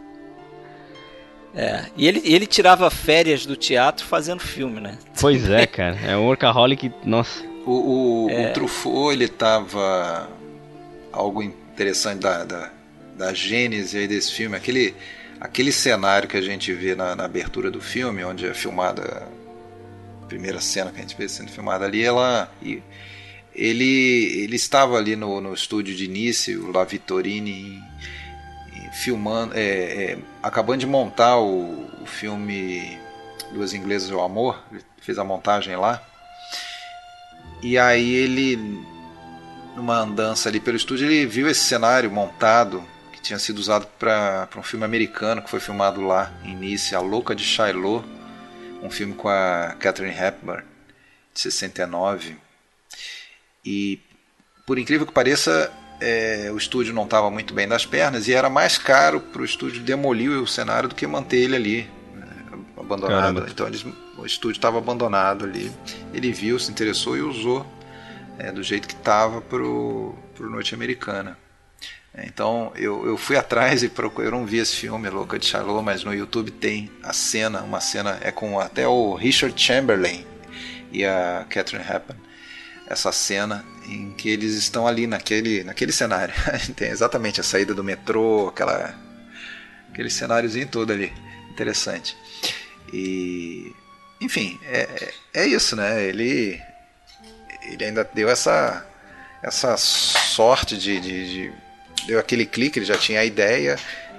[SPEAKER 2] É. E ele, ele tirava férias do teatro fazendo filme, né?
[SPEAKER 4] Pois é, cara, é um workaholic, nossa.
[SPEAKER 3] O, o,
[SPEAKER 2] É.
[SPEAKER 3] o Truffaut, ele tava... Algo interessante da, da, da gênese aí desse filme, aquele, aquele cenário que a gente vê na, na abertura do filme, onde é filmada a primeira cena que a gente vê sendo filmada ali, ela... E, ele, ele estava ali no, no estúdio de Nice, o La Vittorine, e filmando, é, é, acabando de montar o, o filme Duas Inglesas e o Amor, ele fez a montagem lá. E aí ele, numa andança ali pelo estúdio, ele viu esse cenário montado que tinha sido usado para um filme americano que foi filmado lá em Nice, A Louca de Shiloh, um filme com a Katharine Hepburn, de sessenta e nove. E, por incrível que pareça, é, o estúdio não estava muito bem das pernas e era mais caro para o estúdio demolir o cenário do que manter ele ali, né, abandonado.
[SPEAKER 4] Caramba.
[SPEAKER 3] Então eles, o estúdio estava abandonado ali. Ele viu, se interessou e usou é, do jeito que estava para o Noite Americana. Então eu, eu fui atrás e procurei, eu não vi esse filme, Louca de Shiloh, mas no YouTube tem a cena, uma cena é com até o Richard Chamberlain e a Katharine Hepburn, essa cena em que eles estão ali naquele, naquele cenário. Tem exatamente a saída do metrô, aquela, aquele cenáriozinho todo ali, interessante. E enfim, é, é isso, né? Ele, ele ainda deu essa, essa sorte de, de, de deu aquele clique, ele já tinha a ideia,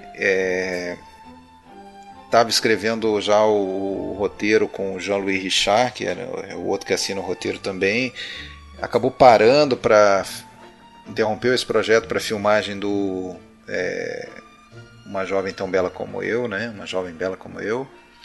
[SPEAKER 3] estava é, escrevendo já o, o roteiro com o Jean-Louis Richard, que era o outro que assina o roteiro também, acabou parando para interrompeu esse projeto para filmagem do é, Uma Jovem Tão Bela Como Eu, né? Uma Jovem Bela Como Eu.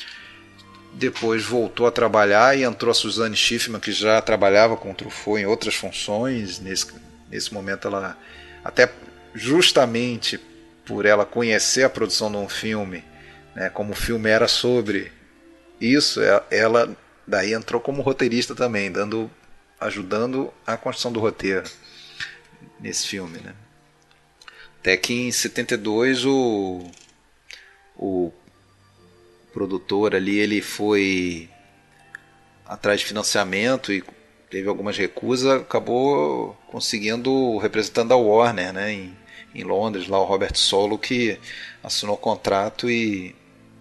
[SPEAKER 3] Depois voltou a trabalhar e entrou a Suzanne Schiffman, que já trabalhava com o Truffaut em outras funções. Nesse, nesse momento ela, até justamente por ela conhecer a produção de um filme, né, como o filme era sobre isso, ela daí entrou como roteirista também, dando, ajudando a construção do roteiro nesse filme, né? Até que em setenta e dois o, o produtor ali, ele foi atrás de financiamento e teve algumas recusas, acabou conseguindo representando a Warner, né, em, em Londres, lá o Robert Solo, que assinou o contrato e,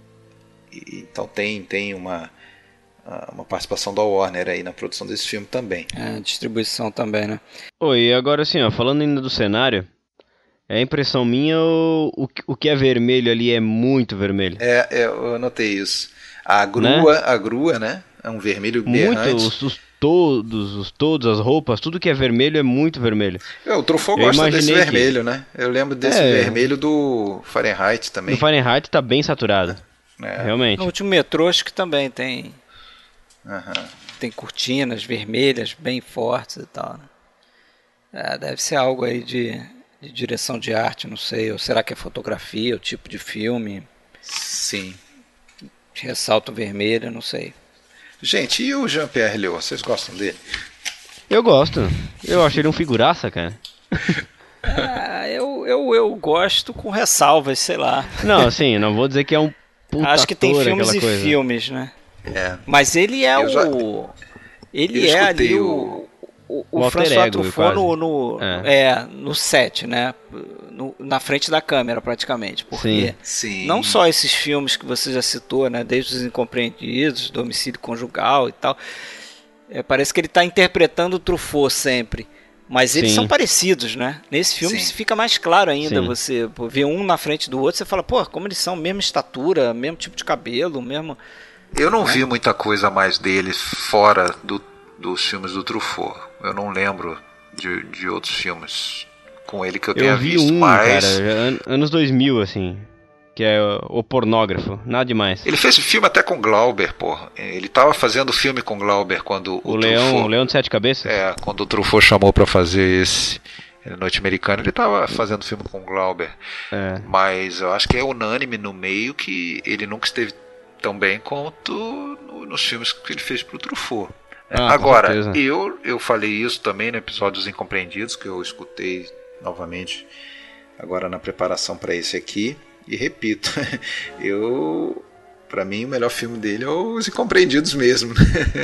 [SPEAKER 3] e então tem, tem uma, uma participação da Warner aí na produção desse filme também.
[SPEAKER 2] É, distribuição também, né?
[SPEAKER 4] Oi, e agora assim, ó, falando ainda do cenário, é impressão minha ou o, o que é vermelho ali é muito vermelho?
[SPEAKER 3] É, é eu anotei isso. A grua, né? A grua, né? É um vermelho berrante.
[SPEAKER 4] Muito, os, os todos, os todos, as roupas, tudo que é vermelho é muito vermelho.
[SPEAKER 3] É, o Truffaut gosta desse vermelho, que... né? Eu lembro desse é, vermelho do Fahrenheit também.
[SPEAKER 4] O Fahrenheit tá bem saturado, é. Realmente.
[SPEAKER 2] No último Metrô acho que também tem,
[SPEAKER 3] uhum.
[SPEAKER 2] tem cortinas vermelhas bem fortes e tal. É, deve ser algo aí de... de direção de arte, não sei, ou será que é fotografia, o tipo de filme?
[SPEAKER 3] Sim.
[SPEAKER 2] Ressalto vermelho, não sei.
[SPEAKER 3] Gente, e o Jean-Pierre Léaud, vocês gostam dele?
[SPEAKER 4] Eu gosto, eu achei ele um figuraça, cara.
[SPEAKER 2] Ah, eu, eu, eu gosto com ressalvas, sei lá.
[SPEAKER 4] Não, assim, não vou dizer que é um puta
[SPEAKER 2] Acho que tem
[SPEAKER 4] ator,
[SPEAKER 2] filmes e
[SPEAKER 4] coisa.
[SPEAKER 2] filmes, né?
[SPEAKER 3] É.
[SPEAKER 2] Mas ele é
[SPEAKER 3] eu
[SPEAKER 2] o...
[SPEAKER 3] Já...
[SPEAKER 2] Ele é ali o... O, o, o François Truffaut no, no, é. É, no set, né? No, na frente da câmera, praticamente. Porque
[SPEAKER 3] sim, sim.
[SPEAKER 2] Não só esses filmes que você já citou, né? Desde Os Incompreendidos, do Homicídio Conjugal e tal. É, parece que ele está interpretando o Truffaut sempre. Mas eles sim. são parecidos, né? Nesse filme sim. fica mais claro ainda. Sim. Você vê um na frente do outro, você fala, pô, como eles são, mesma estatura, mesmo tipo de cabelo, mesmo...
[SPEAKER 3] Eu não né? vi muita coisa mais deles fora do dos filmes do Truffaut. Eu não lembro de, de outros filmes com ele que eu tenha
[SPEAKER 4] eu vi
[SPEAKER 3] visto,
[SPEAKER 4] um,
[SPEAKER 3] mas...
[SPEAKER 4] cara, an- anos dois mil, assim, que é O Pornógrafo, nada demais.
[SPEAKER 3] Ele fez filme até com Glauber, pô. Ele tava fazendo filme com Glauber quando o,
[SPEAKER 4] o
[SPEAKER 3] Truffaut...
[SPEAKER 4] Leão, o Leão de Sete Cabeças?
[SPEAKER 3] É, quando o Truffaut chamou pra fazer esse Noite Americana, ele tava fazendo filme com Glauber.
[SPEAKER 4] É.
[SPEAKER 3] Mas eu acho que é unânime no meio que ele nunca esteve tão bem quanto no, nos filmes que ele fez pro Truffaut.
[SPEAKER 4] Ah,
[SPEAKER 3] agora, eu, eu falei isso também no episódio dos Incompreendidos, que eu escutei novamente agora na preparação para esse aqui, e repito, eu, para mim o melhor filme dele é Os Incompreendidos mesmo.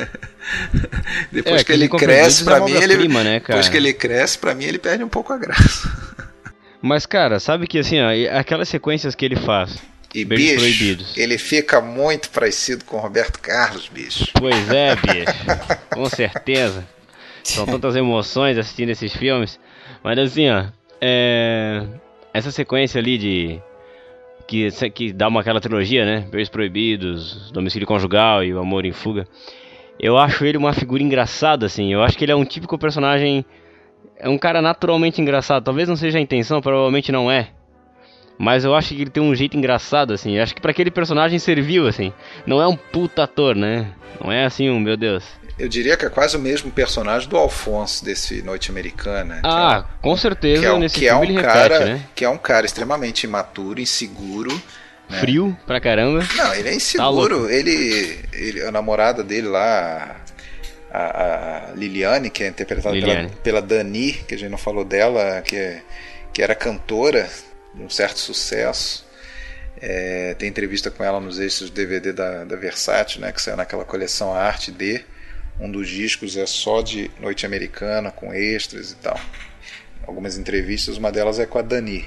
[SPEAKER 3] Depois
[SPEAKER 4] é,
[SPEAKER 3] que ele cresce, para
[SPEAKER 4] é
[SPEAKER 3] mim ele,
[SPEAKER 4] prima, né,
[SPEAKER 3] depois que ele cresce, para mim ele perde um pouco a graça.
[SPEAKER 4] Mas cara, sabe que assim, ó, aquelas sequências que ele faz,
[SPEAKER 3] e
[SPEAKER 4] Beijos
[SPEAKER 3] bicho,
[SPEAKER 4] Proibidos,
[SPEAKER 3] ele fica muito parecido com o Roberto Carlos, bicho.
[SPEAKER 4] Pois é, bicho, com certeza. São tantas emoções assistindo esses filmes. Mas assim, ó, é... essa sequência ali de que, que dá uma aquela trilogia, né? Beijos Proibidos, Domicílio Conjugal e O Amor em Fuga. Eu acho ele uma figura engraçada, assim. Eu acho que ele é um típico personagem, é um cara naturalmente engraçado. Talvez não seja a intenção, provavelmente não é. Mas eu acho que ele tem um jeito engraçado, assim. Eu acho que pra aquele personagem serviu, assim. Não é um puta ator, né? Não é assim um, meu Deus.
[SPEAKER 3] Eu diria que é quase o mesmo personagem do Alphonse desse Noite Americana.
[SPEAKER 4] Ah,
[SPEAKER 3] é um,
[SPEAKER 4] com certeza.
[SPEAKER 3] Que é um,
[SPEAKER 4] nesse
[SPEAKER 3] que é um
[SPEAKER 4] filme ele
[SPEAKER 3] cara,
[SPEAKER 4] repete, né?
[SPEAKER 3] Que é um cara extremamente imaturo, inseguro. Né?
[SPEAKER 4] Frio pra caramba.
[SPEAKER 3] Não, ele é inseguro. Tá ele, ele, a namorada dele lá, a, a Liliane, que é interpretada pela, pela Dani, que a gente não falou dela, que, é, que era cantora de um certo sucesso. É, tem entrevista com ela nos extras do D V D da, da Versátil, né, que saiu naquela coleção A Arte D. Um dos discos é só de Noite Americana, com extras e tal. Algumas entrevistas, uma delas é com a Dani.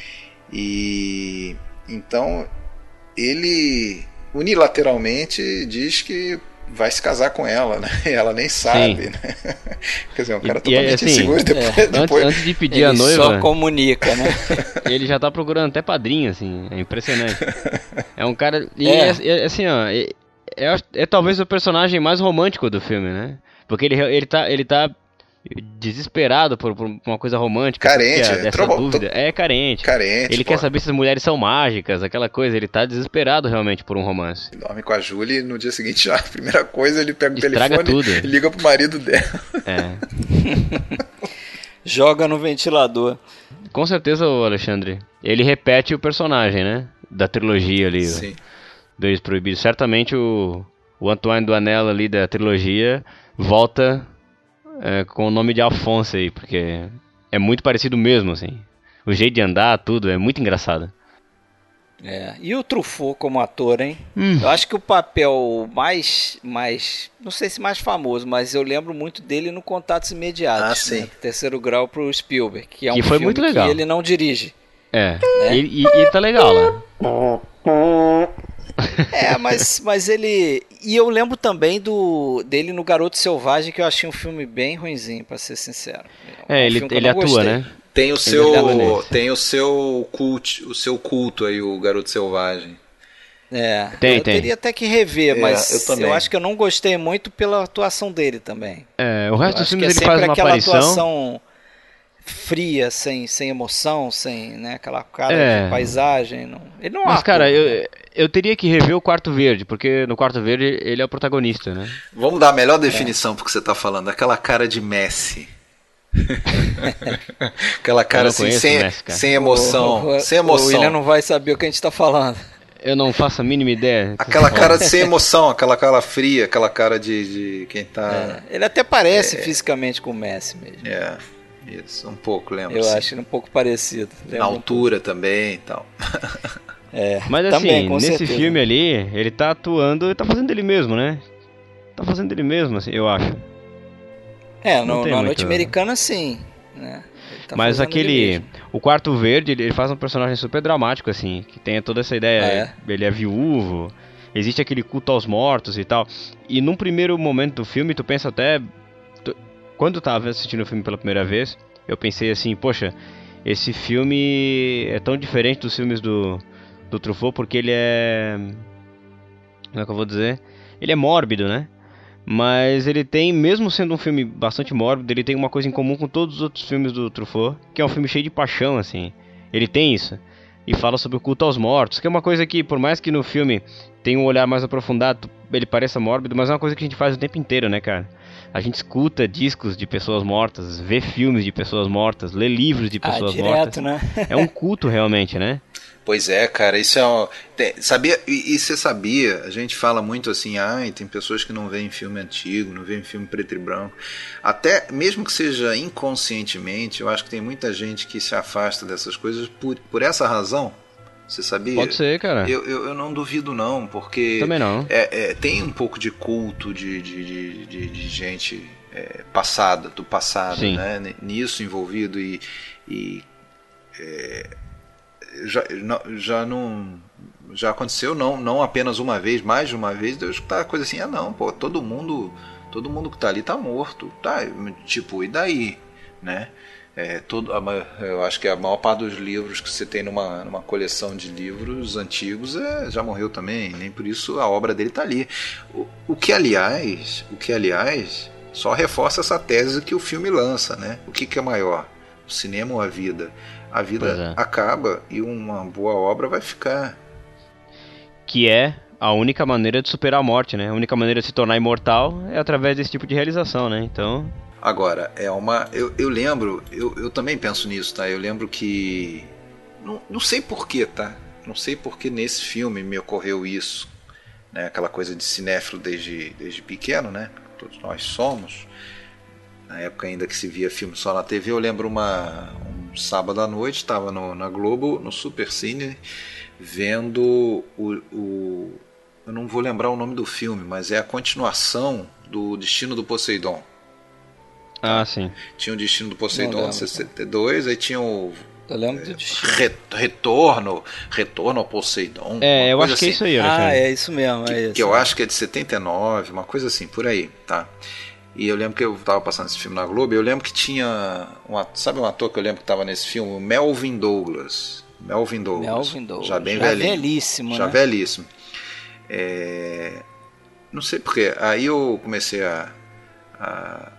[SPEAKER 3] E então ele unilateralmente diz que vai se casar com ela, né? E ela nem sabe, né? Quer dizer, um cara e, totalmente e, assim, inseguro. Depois,
[SPEAKER 4] é,
[SPEAKER 3] depois...
[SPEAKER 4] Antes, antes de pedir
[SPEAKER 2] ele
[SPEAKER 4] a noiva,
[SPEAKER 2] só comunica, né?
[SPEAKER 4] Ele já tá procurando até padrinho, assim. É impressionante. É um cara... E é. É, é, assim, ó... É, é, é talvez o personagem mais romântico do filme, né? Porque ele, ele, tá, ele tá desesperado por, por uma coisa romântica.
[SPEAKER 3] Carente,
[SPEAKER 4] é, dessa
[SPEAKER 3] trobo,
[SPEAKER 4] dúvida. É carente.
[SPEAKER 3] Carente.
[SPEAKER 4] Ele
[SPEAKER 3] pô.
[SPEAKER 4] quer saber se as mulheres são mágicas, aquela coisa. Ele tá desesperado realmente por um romance.
[SPEAKER 3] Ele dorme com a Julie e no dia seguinte, já, a primeira coisa, ele pega o
[SPEAKER 4] Estraga
[SPEAKER 3] telefone
[SPEAKER 4] tudo.
[SPEAKER 3] e liga pro marido dela.
[SPEAKER 4] É.
[SPEAKER 2] Joga no ventilador.
[SPEAKER 4] Com certeza, o Alexandre. Ele repete o personagem, né? Da trilogia ali.
[SPEAKER 3] Sim.
[SPEAKER 4] Dois Proibidos. Certamente o, o Antoine Duanel ali da trilogia volta é, com o nome de Alphonse aí, porque é muito parecido mesmo, assim. O jeito de andar, tudo, é muito engraçado.
[SPEAKER 2] É. E o Truffaut como ator, hein?
[SPEAKER 4] Hum.
[SPEAKER 2] Eu acho que o papel mais, mais, não sei se mais famoso, mas eu lembro muito dele no Contatos Imediatos.
[SPEAKER 3] Ah, sim.
[SPEAKER 2] Né? Terceiro Grau pro Spielberg, que é um
[SPEAKER 4] Que foi
[SPEAKER 2] filme
[SPEAKER 4] muito legal.
[SPEAKER 2] que ele não dirige.
[SPEAKER 4] É,
[SPEAKER 2] É.
[SPEAKER 4] e, e, e ele tá legal lá.
[SPEAKER 2] É, mas, mas ele... E eu lembro também do dele no Garoto Selvagem, que eu achei um filme bem ruinzinho, pra ser sincero.
[SPEAKER 4] É,
[SPEAKER 2] um
[SPEAKER 4] ele,
[SPEAKER 2] filme que eu
[SPEAKER 4] ele
[SPEAKER 2] não
[SPEAKER 4] atua,
[SPEAKER 2] gostei.
[SPEAKER 4] né?
[SPEAKER 3] Tem o
[SPEAKER 4] Ele
[SPEAKER 3] seu,
[SPEAKER 4] atua nesse.
[SPEAKER 3] tem o seu culto, o seu culto aí, o Garoto Selvagem.
[SPEAKER 2] É,
[SPEAKER 4] Tem,
[SPEAKER 2] eu
[SPEAKER 4] tem.
[SPEAKER 2] teria até que rever,
[SPEAKER 3] É,
[SPEAKER 2] mas
[SPEAKER 3] eu
[SPEAKER 2] eu,
[SPEAKER 3] também.
[SPEAKER 2] acho que eu não gostei muito pela atuação dele também.
[SPEAKER 4] É, o resto
[SPEAKER 2] Eu
[SPEAKER 4] dos
[SPEAKER 2] acho que
[SPEAKER 4] filmes
[SPEAKER 2] é
[SPEAKER 4] ele
[SPEAKER 2] sempre
[SPEAKER 4] faz uma
[SPEAKER 2] aquela
[SPEAKER 4] aparição.
[SPEAKER 2] atuação fria, sem, sem emoção, sem, né, aquela cara
[SPEAKER 4] É.
[SPEAKER 2] de paisagem. Não, ele não é um
[SPEAKER 4] Mas,
[SPEAKER 2] ator,
[SPEAKER 4] cara,
[SPEAKER 2] né?
[SPEAKER 4] eu, eu teria que rever o Quarto Verde, porque no Quarto Verde ele é o protagonista, né?
[SPEAKER 3] Vamos dar a melhor definição pro que você tá falando, aquela cara de Messi. Aquela cara
[SPEAKER 4] não
[SPEAKER 3] assim,
[SPEAKER 4] conheço
[SPEAKER 3] sem,
[SPEAKER 4] o Messi, cara.
[SPEAKER 3] sem emoção,
[SPEAKER 2] O- o-
[SPEAKER 3] sem
[SPEAKER 2] O William
[SPEAKER 3] emoção.
[SPEAKER 2] não vai saber o que a gente tá falando.
[SPEAKER 4] Eu não faço a mínima ideia.
[SPEAKER 3] Aquela cara de sem emoção, aquela cara fria, aquela cara de, de quem tá...
[SPEAKER 2] É, ele até parece fisicamente com o Messi mesmo.
[SPEAKER 3] É, isso, um pouco, lembro.
[SPEAKER 2] Eu
[SPEAKER 3] sim.
[SPEAKER 2] acho ele um pouco parecido.
[SPEAKER 3] Na
[SPEAKER 2] Lembra um
[SPEAKER 3] altura também e tal.
[SPEAKER 2] pouco. É,
[SPEAKER 4] Mas assim,
[SPEAKER 2] também, com
[SPEAKER 4] nesse
[SPEAKER 2] certeza.
[SPEAKER 4] filme ali, ele tá atuando e tá fazendo ele mesmo, né? Tá fazendo ele mesmo, assim, eu acho.
[SPEAKER 2] É,
[SPEAKER 4] não
[SPEAKER 2] no,
[SPEAKER 4] tem
[SPEAKER 2] na
[SPEAKER 4] muito-
[SPEAKER 2] Noite Americana sim. Né? Ele tá
[SPEAKER 4] Mas
[SPEAKER 2] fazendo ele
[SPEAKER 4] aquele.
[SPEAKER 2] mesmo.
[SPEAKER 4] O Quarto Verde, ele, ele faz um personagem super dramático, assim, que tem toda essa ideia.
[SPEAKER 2] Ah, é?
[SPEAKER 4] Ele é viúvo, existe aquele culto aos mortos e tal. E num primeiro momento do filme, tu pensa até. Tu, quando eu tava assistindo o filme pela primeira vez, eu pensei assim, poxa, esse filme é tão diferente dos filmes do, do Truffaut porque ele é. Como é que eu vou dizer? Ele é mórbido, né? Mas ele tem, mesmo sendo um filme bastante mórbido, ele tem uma coisa em comum com todos os outros filmes do Truffaut, que é um filme cheio de paixão, assim. Ele tem isso. E fala sobre o culto aos mortos, que é uma coisa que, por mais que no filme tenha um olhar mais aprofundado, ele pareça mórbido, mas é uma coisa que a gente faz o tempo inteiro, né, cara? A gente escuta discos de pessoas mortas, vê filmes de pessoas mortas, lê livros de
[SPEAKER 2] Ah,
[SPEAKER 4] pessoas
[SPEAKER 2] direto,
[SPEAKER 4] mortas.
[SPEAKER 2] né?
[SPEAKER 4] É um culto realmente, né?
[SPEAKER 3] Pois é, cara, isso é um... tem- sabia, e, e você sabia, a gente fala muito assim, ai, tem pessoas que não veem filme antigo, não veem filme preto e branco, até mesmo que seja inconscientemente, eu acho que tem muita gente que se afasta dessas coisas por, por essa razão, você sabia?
[SPEAKER 4] Pode ser, cara.
[SPEAKER 3] Eu, eu, eu não duvido não, porque
[SPEAKER 4] Também não.
[SPEAKER 3] é, é, tem um pouco de culto de, de, de, de, de gente é, passada, do passado,
[SPEAKER 4] Sim.
[SPEAKER 3] né, nisso envolvido e... e é, já, não, já não já aconteceu não, não apenas uma vez, mais de uma vez, Deus tá coisa assim, ah não, pô, todo mundo todo mundo que tá ali tá morto, tá, tipo, e daí, né? É, todo, a ma- eu acho que a maior parte dos livros que você tem numa, numa coleção de livros antigos é, já morreu também, nem por isso a obra dele tá ali. O, o que aliás, o que aliás só reforça essa tese que o filme lança, né? O que, que é maior, o cinema ou a vida? A vida
[SPEAKER 4] Pois é.
[SPEAKER 3] acaba e uma boa obra vai ficar.
[SPEAKER 4] Que é a única maneira de superar a morte, né? A única maneira de se tornar imortal é através desse tipo de realização, né? Então,
[SPEAKER 3] Agora, é uma. Eu, eu lembro, eu, eu também penso nisso, tá? Eu lembro que. Não, não sei porquê, tá? Não sei porque nesse filme me ocorreu isso. Né? Aquela coisa de cinéfilo desde, desde pequeno, né? Todos nós somos. Na época ainda que se via filme só na T V, eu lembro uma, um sábado à noite, estava na Globo, no Supercine, vendo o, o... Eu não vou lembrar o nome do filme, mas é a continuação do Destino do Poseidon.
[SPEAKER 4] ah, sim.
[SPEAKER 3] Tinha o Destino do
[SPEAKER 2] Não
[SPEAKER 3] Poseidon
[SPEAKER 2] lembro.
[SPEAKER 3] sessenta e dois, aí tinha o
[SPEAKER 2] Eu lembro do destino.
[SPEAKER 3] Re- Retorno, Retorno ao Poseidon.
[SPEAKER 4] É,
[SPEAKER 3] uma
[SPEAKER 4] eu
[SPEAKER 3] coisa
[SPEAKER 4] acho que é
[SPEAKER 3] assim.
[SPEAKER 4] isso aí,
[SPEAKER 2] Ah,
[SPEAKER 4] Alexandre.
[SPEAKER 2] é isso mesmo,
[SPEAKER 3] que,
[SPEAKER 2] é isso.
[SPEAKER 3] que eu acho que é de setenta e nove, uma coisa assim, por aí, tá? E eu lembro que eu tava passando esse filme na Globo, e eu lembro que tinha, um, at- sabe um ator que eu lembro que tava nesse filme? O Melvin Douglas. Melvin Douglas.
[SPEAKER 2] Melvin Douglas.
[SPEAKER 3] Já bem
[SPEAKER 2] Já
[SPEAKER 3] velhinho.
[SPEAKER 2] velhíssimo,
[SPEAKER 3] Já
[SPEAKER 2] né?
[SPEAKER 3] velhíssimo. É, não sei porquê. Aí eu comecei a, a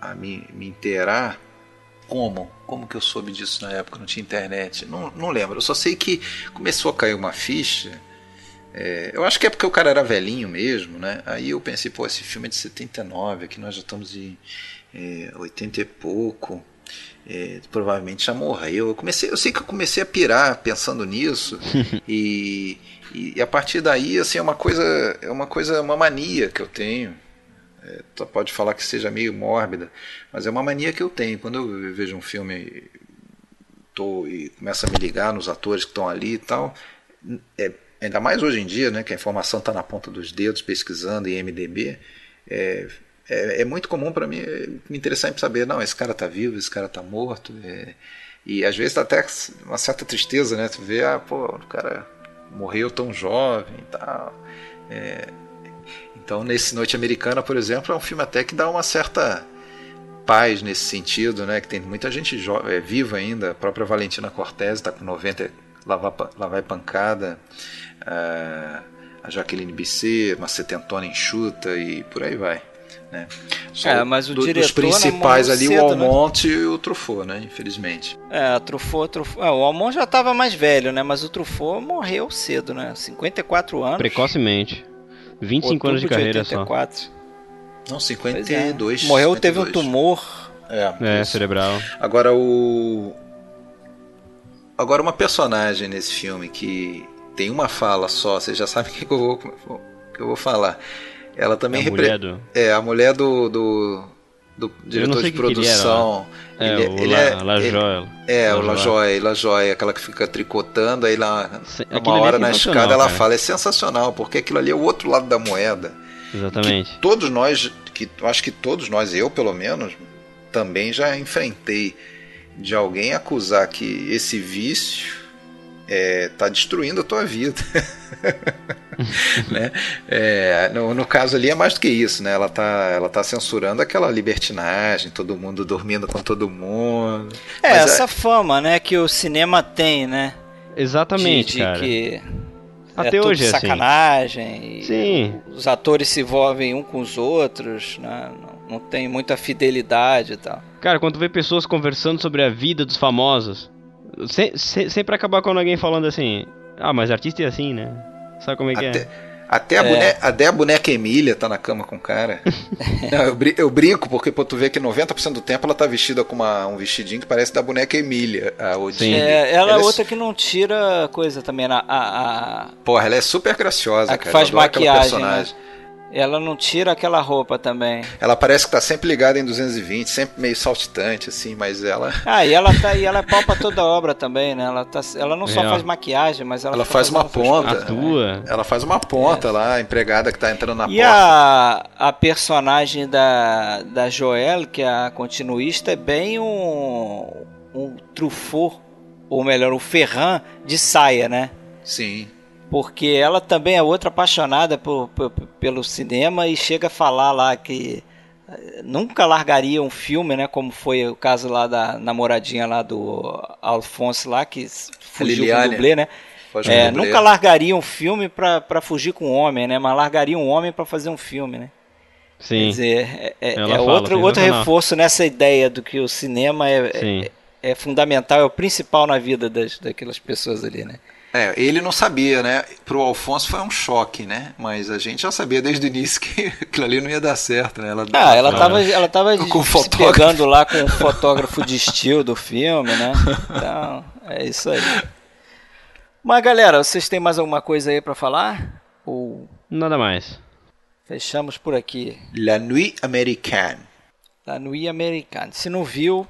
[SPEAKER 3] a me, me inteirar. Como? Como que eu soube disso na época? Não tinha internet? Não, não lembro. Eu só sei que começou a cair uma ficha. É, eu acho que é porque o cara era velhinho mesmo, né? Aí eu pensei, pô, esse filme é de setenta e nove, aqui nós já estamos em é, oitenta e pouco. É, provavelmente já morreu. Eu, comecei, eu sei que eu comecei a pirar pensando nisso. e, e, e a partir daí, assim, é uma coisa, é uma coisa, uma mania que eu tenho. É, pode falar que seja meio mórbida, mas é uma mania que eu tenho. Quando eu vejo um filme tô, e começo a me ligar nos atores que estão ali e tal, é, ainda mais hoje em dia, né, que a informação está na ponta dos dedos, pesquisando em I M D B, é, é, é muito comum para mim me interessar em saber, não, esse cara está vivo, esse cara está morto, é, e às vezes dá até uma certa tristeza, né, tu vê, ah, pô, o cara morreu tão jovem e tal. É, então, nesse Noite Americana, por exemplo, é um filme até que dá uma certa paz nesse sentido, né? Que tem muita gente jovem, é, viva ainda. A própria Valentina Cortez está com noventa, lá vai, lá vai pancada. Uh, a Jaqueline Bisset, uma setentona enxuta e por aí vai. Né? Só
[SPEAKER 2] é, mas o
[SPEAKER 3] do,
[SPEAKER 2] diretor,
[SPEAKER 3] dos principais
[SPEAKER 2] né,
[SPEAKER 3] ali,
[SPEAKER 2] cedo,
[SPEAKER 3] o Almont,
[SPEAKER 2] né?
[SPEAKER 3] E o Truffaut, né? Infelizmente.
[SPEAKER 2] É, o Truffaut, Truffaut, é, o Almont já estava mais velho, né? Mas o Truffaut morreu cedo, né? cinquenta e quatro anos.
[SPEAKER 4] Precocemente. vinte e cinco anos de carreira
[SPEAKER 2] oitenta e quatro.
[SPEAKER 4] só.
[SPEAKER 3] Não, cinquenta e dois.
[SPEAKER 2] É. Morreu,
[SPEAKER 3] cinquenta e dois.
[SPEAKER 2] teve um tumor.
[SPEAKER 3] É,
[SPEAKER 4] é cerebral.
[SPEAKER 3] Agora o Agora uma personagem nesse filme que tem uma fala só, você já sabe o que eu vou que eu vou falar. Ela também
[SPEAKER 4] a
[SPEAKER 3] repre...
[SPEAKER 4] mulher do...
[SPEAKER 3] É, a mulher do, do, do diretor de produção.
[SPEAKER 4] Que ele,
[SPEAKER 3] ele,
[SPEAKER 4] é,
[SPEAKER 3] ele
[SPEAKER 4] o
[SPEAKER 3] é,
[SPEAKER 4] Lajoie.
[SPEAKER 3] É, o Lajoie, Lajoie, aquela que fica tricotando, aí lá uma
[SPEAKER 4] Aquilo
[SPEAKER 3] hora
[SPEAKER 4] é
[SPEAKER 3] na escada ela
[SPEAKER 4] cara.
[SPEAKER 3] fala, é sensacional, porque aquilo ali é o outro lado da moeda.
[SPEAKER 4] Exatamente.
[SPEAKER 3] Que todos nós, que acho que todos nós, eu pelo menos, também já enfrentei de alguém acusar que esse vício está é, destruindo a tua vida. Né? É, no, no caso ali é mais do que isso, né? Ela tá, ela tá censurando aquela libertinagem, todo mundo dormindo com todo mundo.
[SPEAKER 2] É,
[SPEAKER 3] Mas
[SPEAKER 2] essa
[SPEAKER 3] é...
[SPEAKER 2] fama, né, que o cinema tem, né?
[SPEAKER 4] Exatamente,
[SPEAKER 2] de, de
[SPEAKER 4] cara.
[SPEAKER 2] Que
[SPEAKER 4] até
[SPEAKER 2] é
[SPEAKER 4] hoje é
[SPEAKER 2] sacanagem.
[SPEAKER 4] Assim. Sim.
[SPEAKER 2] Os atores se envolvem um com os outros, né? Não, não tem muita fidelidade e tal.
[SPEAKER 4] Cara, quando tu vê pessoas conversando sobre a vida dos famosos, se, se, sempre acaba quando alguém falando assim, ah, mas artista é assim, né? Sabe como é que
[SPEAKER 3] até,
[SPEAKER 4] é?
[SPEAKER 3] Até a,
[SPEAKER 2] é.
[SPEAKER 3] Boneca, até a boneca Emília tá na cama com o cara. Não, eu, brinco, eu brinco, porque pô, tu vê que noventa por cento do tempo ela tá vestida com uma, um vestidinho que parece da boneca Emília, a Odile.
[SPEAKER 2] É, ela, ela é outra
[SPEAKER 3] é...
[SPEAKER 2] que não tira coisa também. A, a, a...
[SPEAKER 3] Porra, ela é super graciosa,
[SPEAKER 2] a
[SPEAKER 3] cara.
[SPEAKER 2] Que faz maquiagem, né?
[SPEAKER 3] Personagem.
[SPEAKER 2] Ela não tira aquela roupa também.
[SPEAKER 3] Ela parece que tá sempre ligada em duzentos e vinte, sempre meio saltitante, assim, mas ela...
[SPEAKER 2] Ah, e ela tá e ela é pau pra toda a obra também, né? Ela, tá, ela não só é. faz maquiagem, mas ela,
[SPEAKER 3] ela faz uma ponta.
[SPEAKER 4] Atua.
[SPEAKER 3] Ela faz uma ponta é. lá, a empregada que tá entrando na
[SPEAKER 2] e
[SPEAKER 3] porta.
[SPEAKER 2] E a, a personagem da, da Joelle, que é a continuista, é bem um, um Truffaut, ou melhor, um Ferran de saia, né?
[SPEAKER 3] Sim.
[SPEAKER 2] Porque ela também é outra apaixonada por, por, pelo cinema e chega a falar lá que nunca largaria um filme, né? Como foi o caso lá da namoradinha lá do Alphonse lá, que fugiu com o dublê, né? É, dublê. Nunca largaria um filme para fugir com um homem, né? Mas largaria um homem para fazer um filme, né?
[SPEAKER 4] Sim.
[SPEAKER 2] Quer dizer, é, é, é
[SPEAKER 4] fala,
[SPEAKER 2] outro, outro reforço nessa ideia do que o cinema é, é, é fundamental, é o principal na vida das, daquelas pessoas ali, né?
[SPEAKER 3] É, ele não sabia, né? Pro Alfonso foi um choque, né? Mas a gente já sabia desde o início que aquilo ali não ia dar certo, né? Ela
[SPEAKER 2] ah, ela tava, ela tava
[SPEAKER 3] com
[SPEAKER 2] se pegando lá com o fotógrafo de estilo do filme, né? Então, é isso aí. Mas, galera, vocês têm mais alguma coisa aí pra falar? Ou...
[SPEAKER 4] Nada mais.
[SPEAKER 2] Fechamos por aqui.
[SPEAKER 3] La Nuit Américaine.
[SPEAKER 2] La Nuit Américaine. Se não viu,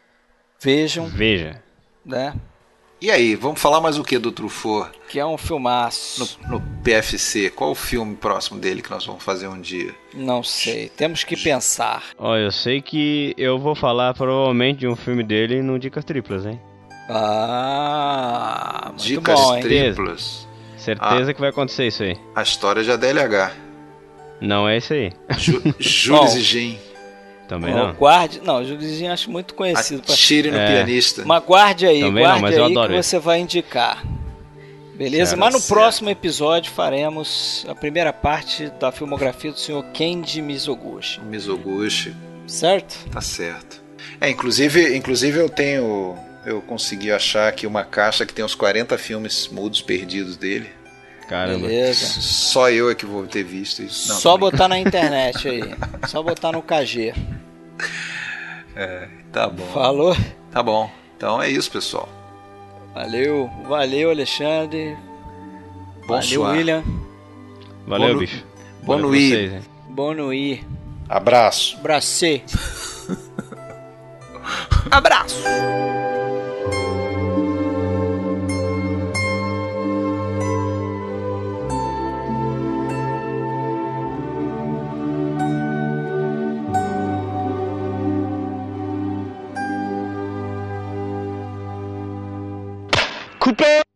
[SPEAKER 2] vejam.
[SPEAKER 4] Veja.
[SPEAKER 2] Né?
[SPEAKER 3] E aí, vamos falar mais o que do Truffaut?
[SPEAKER 2] Que é um filmaço.
[SPEAKER 3] No, no P F C, qual o filme próximo dele que nós vamos fazer um dia?
[SPEAKER 2] Não sei, temos que pensar.
[SPEAKER 4] Ó, eu sei que eu vou falar provavelmente de um filme dele no Dicas Triplas, hein?
[SPEAKER 2] Ah, muito
[SPEAKER 3] Dicas
[SPEAKER 2] bom, hein?
[SPEAKER 3] Triplas.
[SPEAKER 4] Certeza
[SPEAKER 3] ah,
[SPEAKER 4] que vai acontecer isso aí.
[SPEAKER 3] A história de A D L H.
[SPEAKER 4] Não é isso aí.
[SPEAKER 3] Ju, Jules e Jean.
[SPEAKER 4] Também
[SPEAKER 2] oh,
[SPEAKER 4] não.
[SPEAKER 2] Guarde, não, Julizinho acho muito conhecido.
[SPEAKER 3] Atire pra... no
[SPEAKER 4] é.
[SPEAKER 3] pianista.
[SPEAKER 2] Mas guarde aí,
[SPEAKER 4] Também
[SPEAKER 2] guarde
[SPEAKER 4] não, mas
[SPEAKER 2] aí
[SPEAKER 4] eu
[SPEAKER 2] que
[SPEAKER 4] adoro
[SPEAKER 2] você
[SPEAKER 4] isso.
[SPEAKER 2] vai indicar. Beleza?
[SPEAKER 3] Certo,
[SPEAKER 2] mas no
[SPEAKER 3] certo.
[SPEAKER 2] próximo episódio faremos a primeira parte da filmografia do senhor Kenji Mizoguchi.
[SPEAKER 3] Mizoguchi.
[SPEAKER 2] Certo?
[SPEAKER 3] Tá certo. É, inclusive, inclusive eu tenho... Eu consegui achar aqui uma caixa que tem uns quarenta filmes mudos perdidos dele.
[SPEAKER 4] Caramba.
[SPEAKER 2] Beleza.
[SPEAKER 3] Só eu é que vou ter visto isso. Não,
[SPEAKER 2] Só botar na internet aí. Só botar no K G.
[SPEAKER 3] É, tá bom.
[SPEAKER 2] Falou?
[SPEAKER 3] Tá bom. Então é isso, pessoal.
[SPEAKER 2] Valeu. Valeu, Alexandre.
[SPEAKER 3] Bonsoir.
[SPEAKER 2] Valeu, William.
[SPEAKER 4] Valeu,
[SPEAKER 3] Bom,
[SPEAKER 4] bicho.
[SPEAKER 3] Bom
[SPEAKER 4] Valeu pra
[SPEAKER 3] nuit.
[SPEAKER 4] vocês, hein?
[SPEAKER 2] Bom nuit.
[SPEAKER 3] Abraço.
[SPEAKER 2] Abracê. Abraço.
[SPEAKER 4] Cooper!